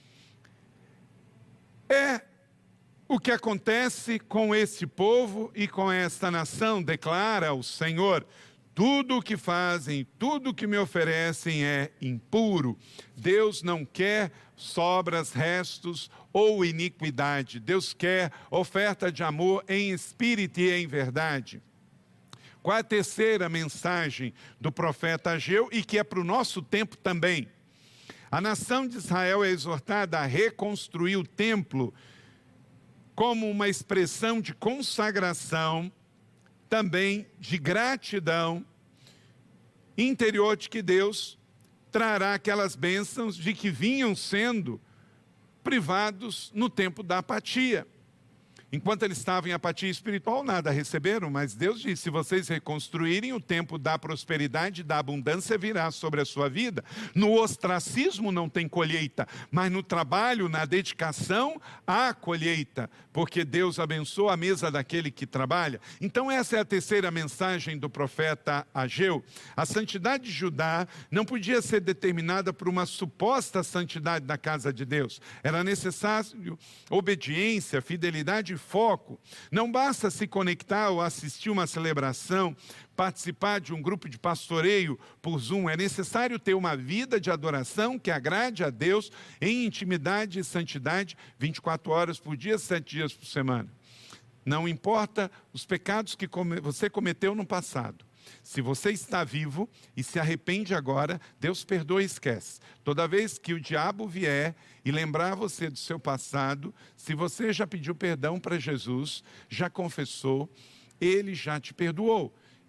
[SPEAKER 8] É o que acontece com esse povo e com esta nação, declara o Senhor. Tudo o que fazem, tudo o que me oferecem é impuro. Deus não quer sobras, restos ou iniquidade. Deus quer oferta de amor em espírito e em verdade. Qual é a terceira mensagem do profeta Ageu e que é para o nosso tempo também? A nação de Israel é exortada a reconstruir o templo como uma expressão de consagração, também de gratidão interior de que Deus trará aquelas bênçãos de que vinham sendo privados no tempo da apatia. Enquanto eles estavam em apatia espiritual, nada receberam, mas Deus disse: se vocês reconstruírem, o tempo da prosperidade, da abundância virá sobre a sua vida. No ostracismo não tem colheita, mas no trabalho, na dedicação, há colheita, porque Deus abençoa a mesa daquele que trabalha. Então essa é a terceira mensagem do profeta Ageu. A santidade de Judá não podia ser determinada por uma suposta santidade da casa de Deus. Era necessário obediência, fidelidade e foco. Não basta se conectar ou assistir uma celebração, participar de um grupo de pastoreio por Zoom. É necessário ter uma vida de adoração que agrade a Deus em intimidade e santidade 24 horas por dia, 7 dias por semana. Não importa os pecados que você cometeu no passado. Se você está vivo e se arrepende agora, Deus perdoa e esquece. Toda vez que o diabo vier e lembrar você do seu passado, se você já pediu perdão para Jesus, já confessou, Ele já te perdoou.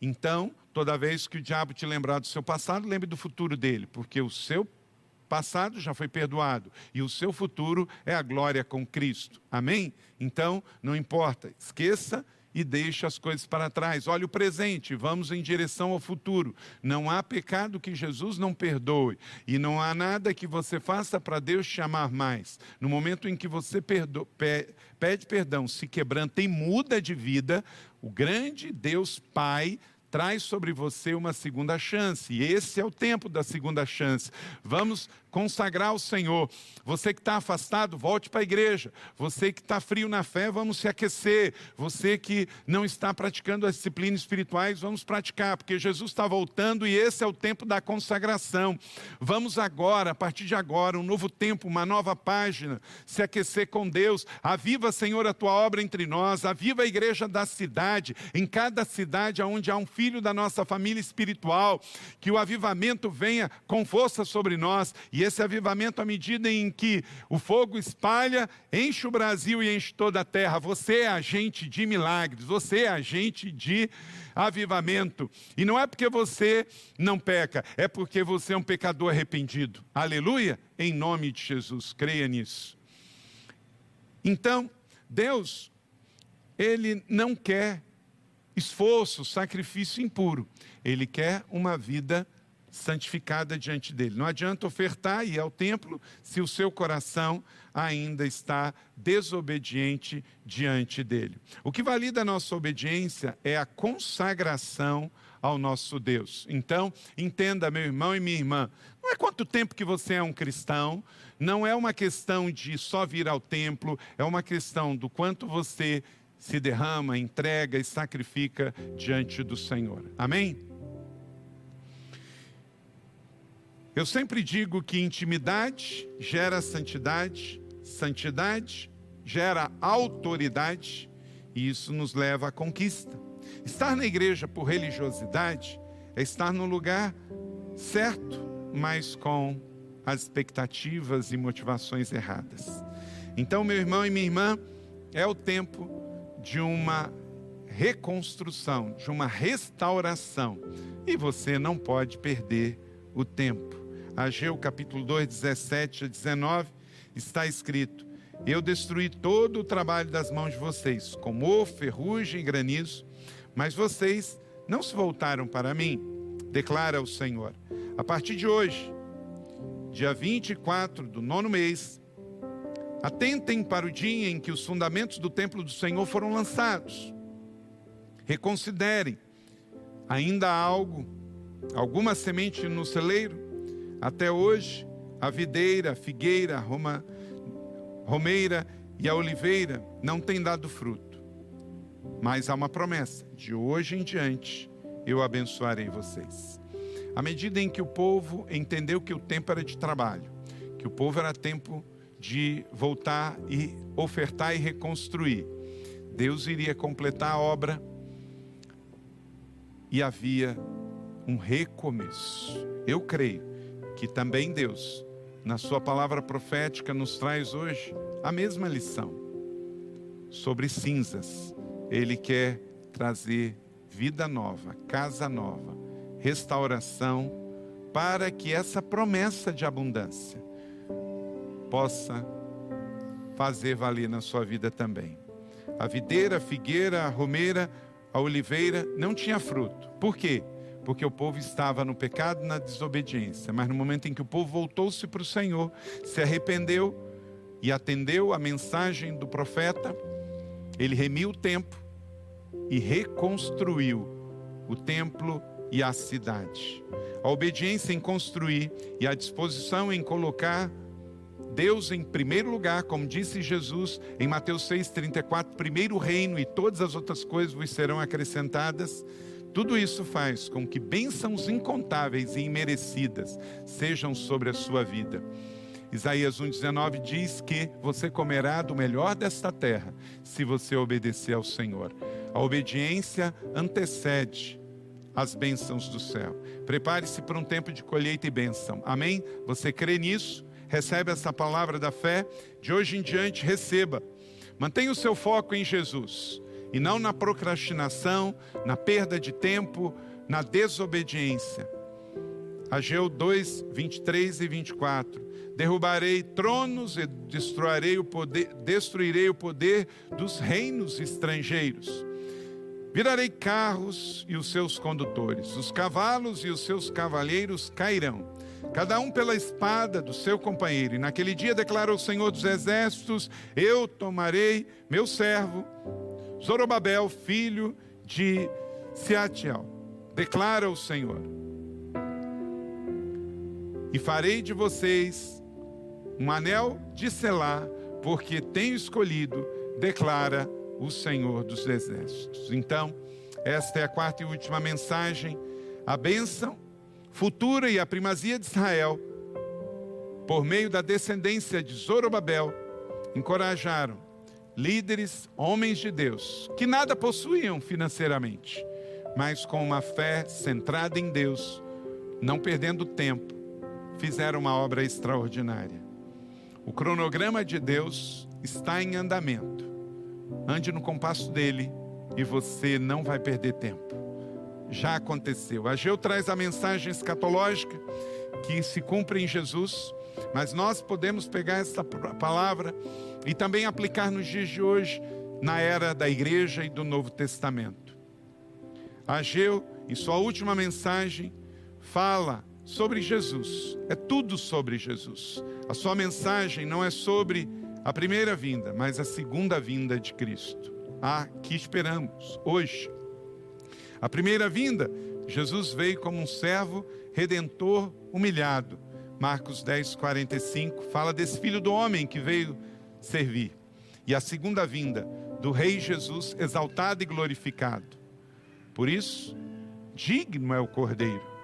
[SPEAKER 8] Então, toda vez que o diabo te lembrar do seu passado, lembre do futuro dele, porque o seu passado já foi perdoado e o seu futuro é a glória com Cristo. Amém? Então, não importa, esqueça e deixe as coisas para trás. Olha o presente, vamos em direção ao futuro. Não há pecado que Jesus não perdoe e não há nada que você faça para Deus te amar mais. No momento em que você pede perdão, se quebranta e muda de vida, o grande Deus Pai traz sobre você uma segunda chance. E esse é o tempo da segunda chance. Vamos consagrar ao Senhor. Você que está afastado, volte para a igreja. Você que está frio na fé, vamos se aquecer. Você que não está praticando as disciplinas espirituais, vamos praticar, porque Jesus está voltando e esse é o tempo da consagração. Vamos agora, a partir de agora, um novo tempo, uma nova página, se aquecer com Deus. Aviva, Senhor, a tua obra entre nós. Aviva a igreja da cidade, em cada cidade onde há um filho da nossa família espiritual, que o avivamento venha com força sobre nós. E esse avivamento, à medida em que o fogo espalha, enche o Brasil e enche toda a terra. Você é agente de milagres, você é agente de avivamento. E não é porque você não peca, é porque você é um pecador arrependido. Aleluia! Em nome de Jesus, creia nisso. Então, Deus, Ele não quer esforço, sacrifício impuro. Ele quer uma vida santificada diante dele. Não adianta ofertar e ir ao templo se o seu coração ainda está desobediente diante dele. O que valida a nossa obediência é a consagração ao nosso Deus. Então, entenda, meu irmão e minha irmã, não é quanto tempo que você é um cristão, não é uma questão de só vir ao templo, é uma questão do quanto você se derrama, entrega e sacrifica diante do Senhor. Amém? Eu sempre digo que intimidade gera santidade, santidade gera autoridade e isso nos leva à conquista. Estar na igreja por religiosidade é estar no lugar certo, mas com as expectativas e motivações erradas. Então, meu irmão e minha irmã, é o tempo de uma reconstrução, de uma restauração. E você não pode perder o tempo. Ageu capítulo 2, 17 a 19, está escrito: eu destruí todo o trabalho das mãos de vocês, com mofo, ferrugem e granizo, mas vocês não se voltaram para mim, declara o Senhor. A partir de hoje, dia 24 do 9º mês, atentem para o dia em que os fundamentos do templo do Senhor foram lançados. Reconsiderem, ainda há alguma semente no celeiro? Até hoje, a videira, a figueira, a romeira e a oliveira não têm dado fruto. Mas há uma promessa: de hoje em diante eu abençoarei vocês. À medida em que o povo entendeu que o tempo era de trabalho, que o povo era tempo de voltar e ofertar e reconstruir, Deus iria completar a obra e havia um recomeço. Eu creio que também Deus, na sua palavra profética, nos traz hoje a mesma lição sobre cinzas. Ele quer trazer vida nova, casa nova, restauração, para que essa promessa de abundância possa fazer valer na sua vida também. A videira, a figueira, a romeira, a oliveira não tinha fruto. Por quê? Porque o povo estava no pecado, na desobediência. Mas no momento em que o povo voltou-se para o Senhor, se arrependeu e atendeu a mensagem do profeta, ele remiu o tempo e reconstruiu o templo e a cidade. A obediência em construir e a disposição em colocar Deus em primeiro lugar, como disse Jesus em Mateus 6,34, primeiro o reino e todas as outras coisas vos serão acrescentadas. Tudo isso faz com que bênçãos incontáveis e imerecidas sejam sobre a sua vida. Isaías 1,19 diz que você comerá do melhor desta terra, se você obedecer ao Senhor. A obediência antecede as bênçãos do céu. Prepare-se para um tempo de colheita e bênção. Amém? Você crê nisso? Recebe essa palavra da fé? De hoje em diante, receba. Mantenha o seu foco em Jesus. e não na procrastinação, na perda de tempo, na desobediência. Ageu 2, 23 e 24. Derrubarei tronos e destruirei o poder dos reinos estrangeiros. Virarei carros e os seus condutores, os cavalos e os seus cavaleiros cairão, cada um pela espada do seu companheiro. E naquele dia, declara o Senhor dos Exércitos, eu tomarei meu servo, Zorobabel, filho de Sealtiel, declara o Senhor, e farei de vocês um anel de selar, porque tenho escolhido, declara o Senhor dos Exércitos. Então, esta é a quarta e última mensagem. A bênção futura e a primazia de Israel, por meio da descendência de Zorobabel, encorajaram líderes, homens de Deus, que nada possuíam financeiramente, mas com uma fé centrada em Deus, não perdendo tempo, fizeram uma obra extraordinária. O cronograma de Deus está em andamento. Ande no compasso dele e você não vai perder tempo. Já aconteceu. Ageu traz a mensagem escatológica que se cumpre em Jesus, mas nós podemos pegar essa palavra e também aplicar nos dias de hoje, na era da igreja e do Novo Testamento. Ageu, em sua última mensagem, fala sobre Jesus. É tudo sobre Jesus. A sua mensagem não é sobre a primeira vinda, mas a segunda vinda de Cristo. A que esperamos hoje. A primeira vinda, Jesus veio como um servo redentor humilhado. Marcos 10, 45, fala desse filho do homem que veio servir. E a segunda vinda, do Rei Jesus exaltado e glorificado. Por isso, digno é o Cordeiro.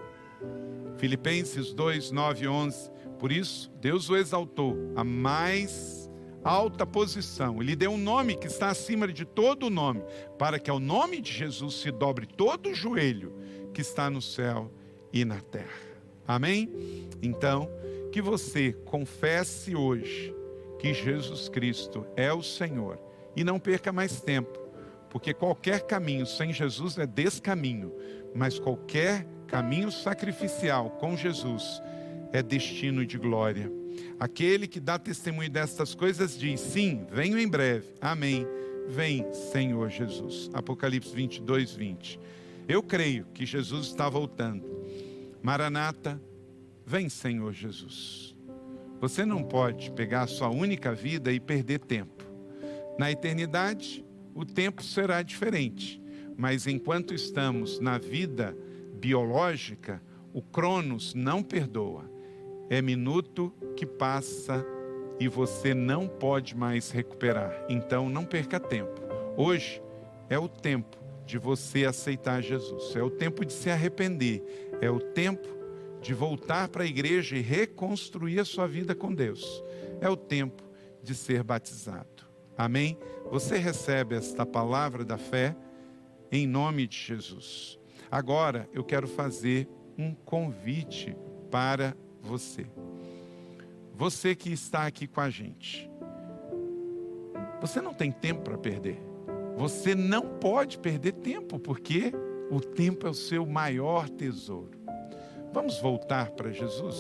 [SPEAKER 8] Filipenses 2, 9 e 11. Por isso, Deus o exaltou a mais alta posição. Ele deu um nome que está acima de todo o nome, para que ao nome de Jesus se dobre todo o joelho que está no céu e na terra. Amém? Então, que você confesse hoje que Jesus Cristo é o Senhor e não perca mais tempo, porque qualquer caminho sem Jesus é descaminho, mas qualquer caminho sacrificial com Jesus é destino de glória. Aquele que dá testemunho destas coisas diz, sim, venho em breve, amém, vem Senhor Jesus. Apocalipse 22, 20. Eu creio que Jesus está voltando. Maranata, vem Senhor Jesus. Você não pode pegar a sua única vida e perder tempo. Na eternidade, o tempo será diferente, mas enquanto estamos na vida biológica, o Cronos não perdoa. É minuto que passa e você não pode mais recuperar. Então não perca tempo. Hoje é o tempo de você aceitar Jesus. É o tempo de se arrepender. É o tempo de voltar para a igreja e reconstruir a sua vida com Deus. É o tempo de ser batizado. Amém? Você recebe esta palavra da fé em nome de Jesus. Agora eu quero fazer um convite para você. Você que está aqui com a gente. Você não tem tempo para perder. Você não pode perder tempo, porque o tempo é o seu maior tesouro. Vamos voltar para Jesus?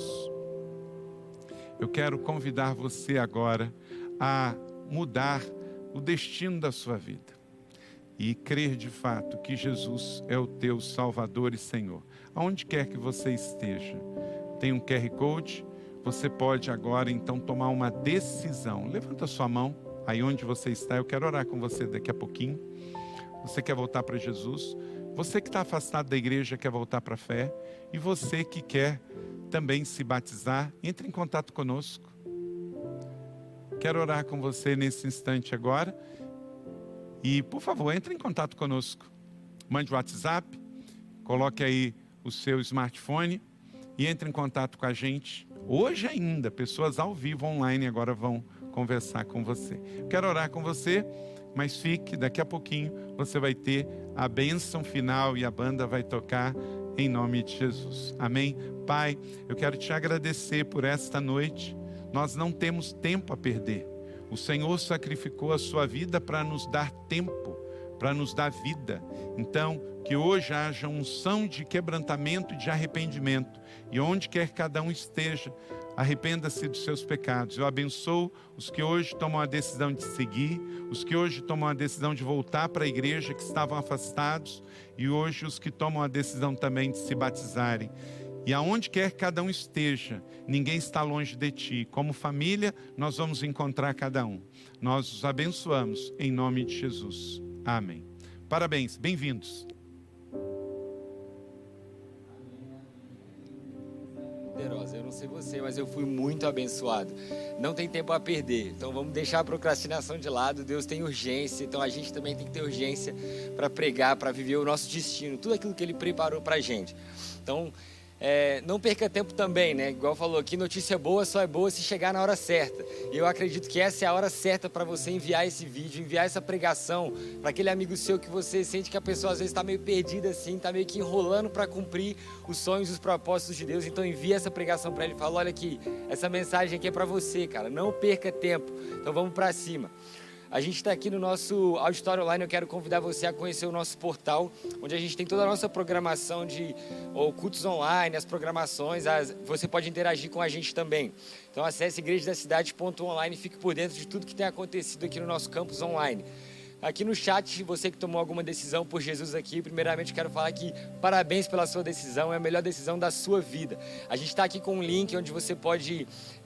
[SPEAKER 8] Eu quero convidar você agora a mudar o destino da sua vida e crer de fato que Jesus é o teu Salvador e Senhor. Aonde quer que você esteja, tem um QR Code, você pode agora então tomar uma decisão. Levanta sua mão aí onde você está, eu quero orar com você daqui a pouquinho. Você quer voltar para Jesus? Você que está afastado da igreja quer voltar para a fé? E você que quer também se batizar, entre em contato conosco. Quero orar com você nesse instante agora. E, por favor, entre em contato conosco. Mande o WhatsApp, coloque aí o seu smartphone e entre em contato com a gente. Hoje ainda, pessoas ao vivo, online, agora vão conversar com você. Quero orar com você, mas fique, daqui a pouquinho você vai ter a bênção final e a banda vai tocar em nome de Jesus. Amém? Pai, eu quero te agradecer por esta noite. Nós não temos tempo a perder. O Senhor sacrificou a sua vida para nos dar tempo para nos dar vida. Então, que hoje haja unção de quebrantamento e de arrependimento. E onde quer que cada um esteja, arrependa-se dos seus pecados. Eu abençoo os que hoje tomam a decisão de seguir, os que hoje tomam a decisão de voltar para a igreja, que estavam afastados, e hoje os que tomam a decisão também de se batizarem. E aonde quer que cada um esteja, ninguém está longe de ti. Como família, nós vamos encontrar cada um. Nós os abençoamos em nome de Jesus. Amém. Parabéns, bem-vindos.
[SPEAKER 9] Eu não sei você, mas eu fui muito abençoado. Não tem tempo a perder, então vamos deixar a procrastinação de lado. Deus tem urgência, então a gente também tem que ter urgência para pregar, para viver o nosso destino, tudo aquilo que Ele preparou para a gente. Então, não perca tempo também, né? Igual falou aqui, notícia boa só é boa se chegar na hora certa. E eu acredito que essa é a hora certa para você enviar esse vídeo, enviar essa pregação para aquele amigo seu que você sente que a pessoa às vezes está meio perdida assim, está meio que enrolando para cumprir os sonhos e os propósitos de Deus. Então envia essa pregação para ele, fala: olha aqui, essa mensagem aqui é para você, cara, não perca tempo. Então vamos para cima. A gente está aqui no nosso auditório online. Eu quero convidar você a conhecer o nosso portal, onde a gente tem toda a nossa programação de cultos online, as programações, você pode interagir com a gente também. Então acesse igrejadacidade.online e fique por dentro de tudo que tem acontecido aqui no nosso campus online. Aqui no chat, você que tomou alguma decisão por Jesus aqui, primeiramente quero falar que parabéns pela sua decisão, é a melhor decisão da sua vida. A gente está aqui com um link onde você pode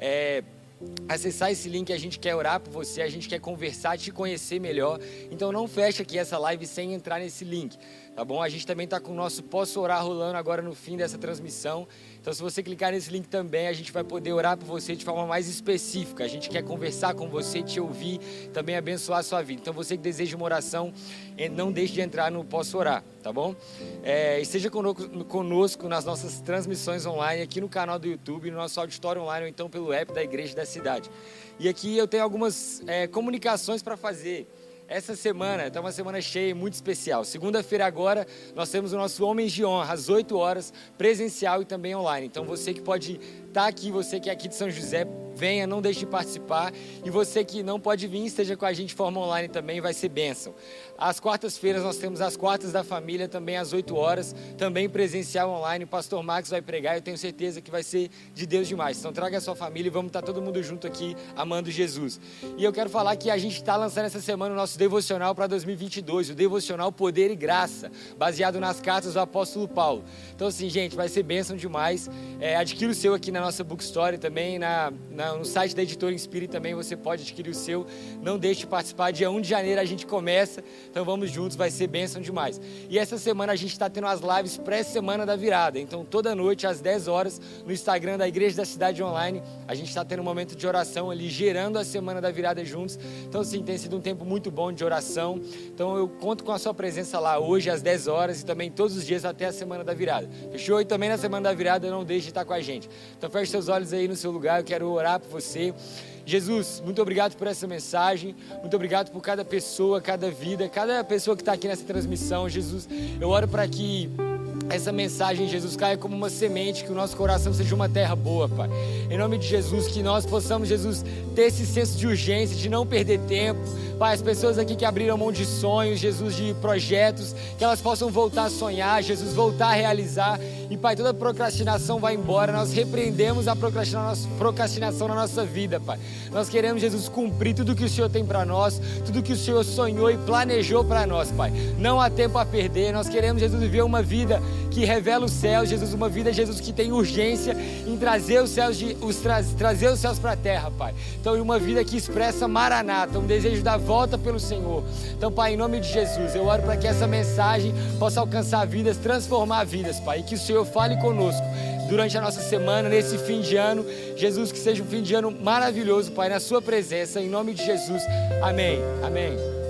[SPEAKER 9] acessar esse link. A gente quer orar por você, a gente quer conversar, te conhecer melhor. Então não fecha aqui essa live sem entrar nesse link, tá bom? A gente também está com o nosso Posso Orar rolando agora no fim dessa transmissão. Então se você clicar nesse link também, a gente vai poder orar por você de forma mais específica. A gente quer conversar com você, te ouvir, também abençoar a sua vida. Então você que deseja uma oração, não deixe de entrar no Posso Orar, tá bom? Esteja conosco nas nossas transmissões online, aqui no canal do YouTube, no nosso auditório online, ou então pelo app da Igreja da Cidade. E aqui eu tenho algumas comunicações para fazer. Essa semana está uma semana cheia e muito especial. Segunda-feira agora, nós temos o nosso Homens de Honra, às 8 horas, presencial e também online. Então você que pode estar aqui, você que é aqui de São José, venha, não deixe de participar. E você que não pode vir, esteja com a gente de forma online também, vai ser bênção. Às quartas-feiras nós temos as quartas da família, também às 8 horas, também presencial online. O pastor Marcos vai pregar, eu tenho certeza que vai ser de Deus demais. Então traga a sua família e vamos estar todo mundo junto aqui, amando Jesus. E eu quero falar que a gente está lançando essa semana o nosso devocional para 2022, o devocional Poder e Graça, baseado nas cartas do apóstolo Paulo. Então assim, gente, vai ser bênção demais. Adquira o seu aqui na nossa Bookstore também, no site da Editora Inspire também você pode adquirir o seu. Não deixe de participar, dia 1 de janeiro a gente começa, então vamos juntos, vai ser bênção demais. E essa semana a gente está tendo as lives pré-semana da virada, então toda noite às 10 horas no Instagram da Igreja da Cidade Online, a gente está tendo um momento de oração ali, gerando a semana da virada juntos. Então assim, tem sido um tempo muito bom de oração, então eu conto com a sua presença lá hoje às 10 horas e também todos os dias até a semana da virada, fechou? E também na semana da virada não deixe de estar com a gente. Então feche seus olhos aí no seu lugar, eu quero orar por você. Jesus, muito obrigado por essa mensagem, muito obrigado por cada pessoa, cada vida, cada pessoa que está aqui nessa transmissão. Jesus, eu oro para que essa mensagem, Jesus, caia como uma semente, que o nosso coração seja uma terra boa, Pai. Em nome de Jesus, que nós possamos, Jesus, ter esse senso de urgência, de não perder tempo. Pai, as pessoas aqui que abriram mão de sonhos, Jesus, de projetos, que elas possam voltar a sonhar, Jesus, voltar a realizar. E, Pai, toda procrastinação vai embora. Nós repreendemos a procrastinação na nossa vida, Pai. Nós queremos, Jesus, cumprir tudo que o Senhor tem para nós, tudo que o Senhor sonhou e planejou para nós, Pai. Não há tempo a perder. Nós queremos, Jesus, viver uma vida que revela os céus, Jesus, uma vida, Jesus, que tem urgência em trazer os céus trazer os céus para a terra, Pai. Então, uma vida que expressa Maranata, um desejo da volta pelo Senhor. Então, Pai, em nome de Jesus, eu oro para que essa mensagem possa alcançar vidas, transformar vidas, Pai, e que o Senhor fale conosco durante a nossa semana, nesse fim de ano. Jesus, que seja um fim de ano maravilhoso, Pai, na sua presença, em nome de Jesus. Amém. Amém.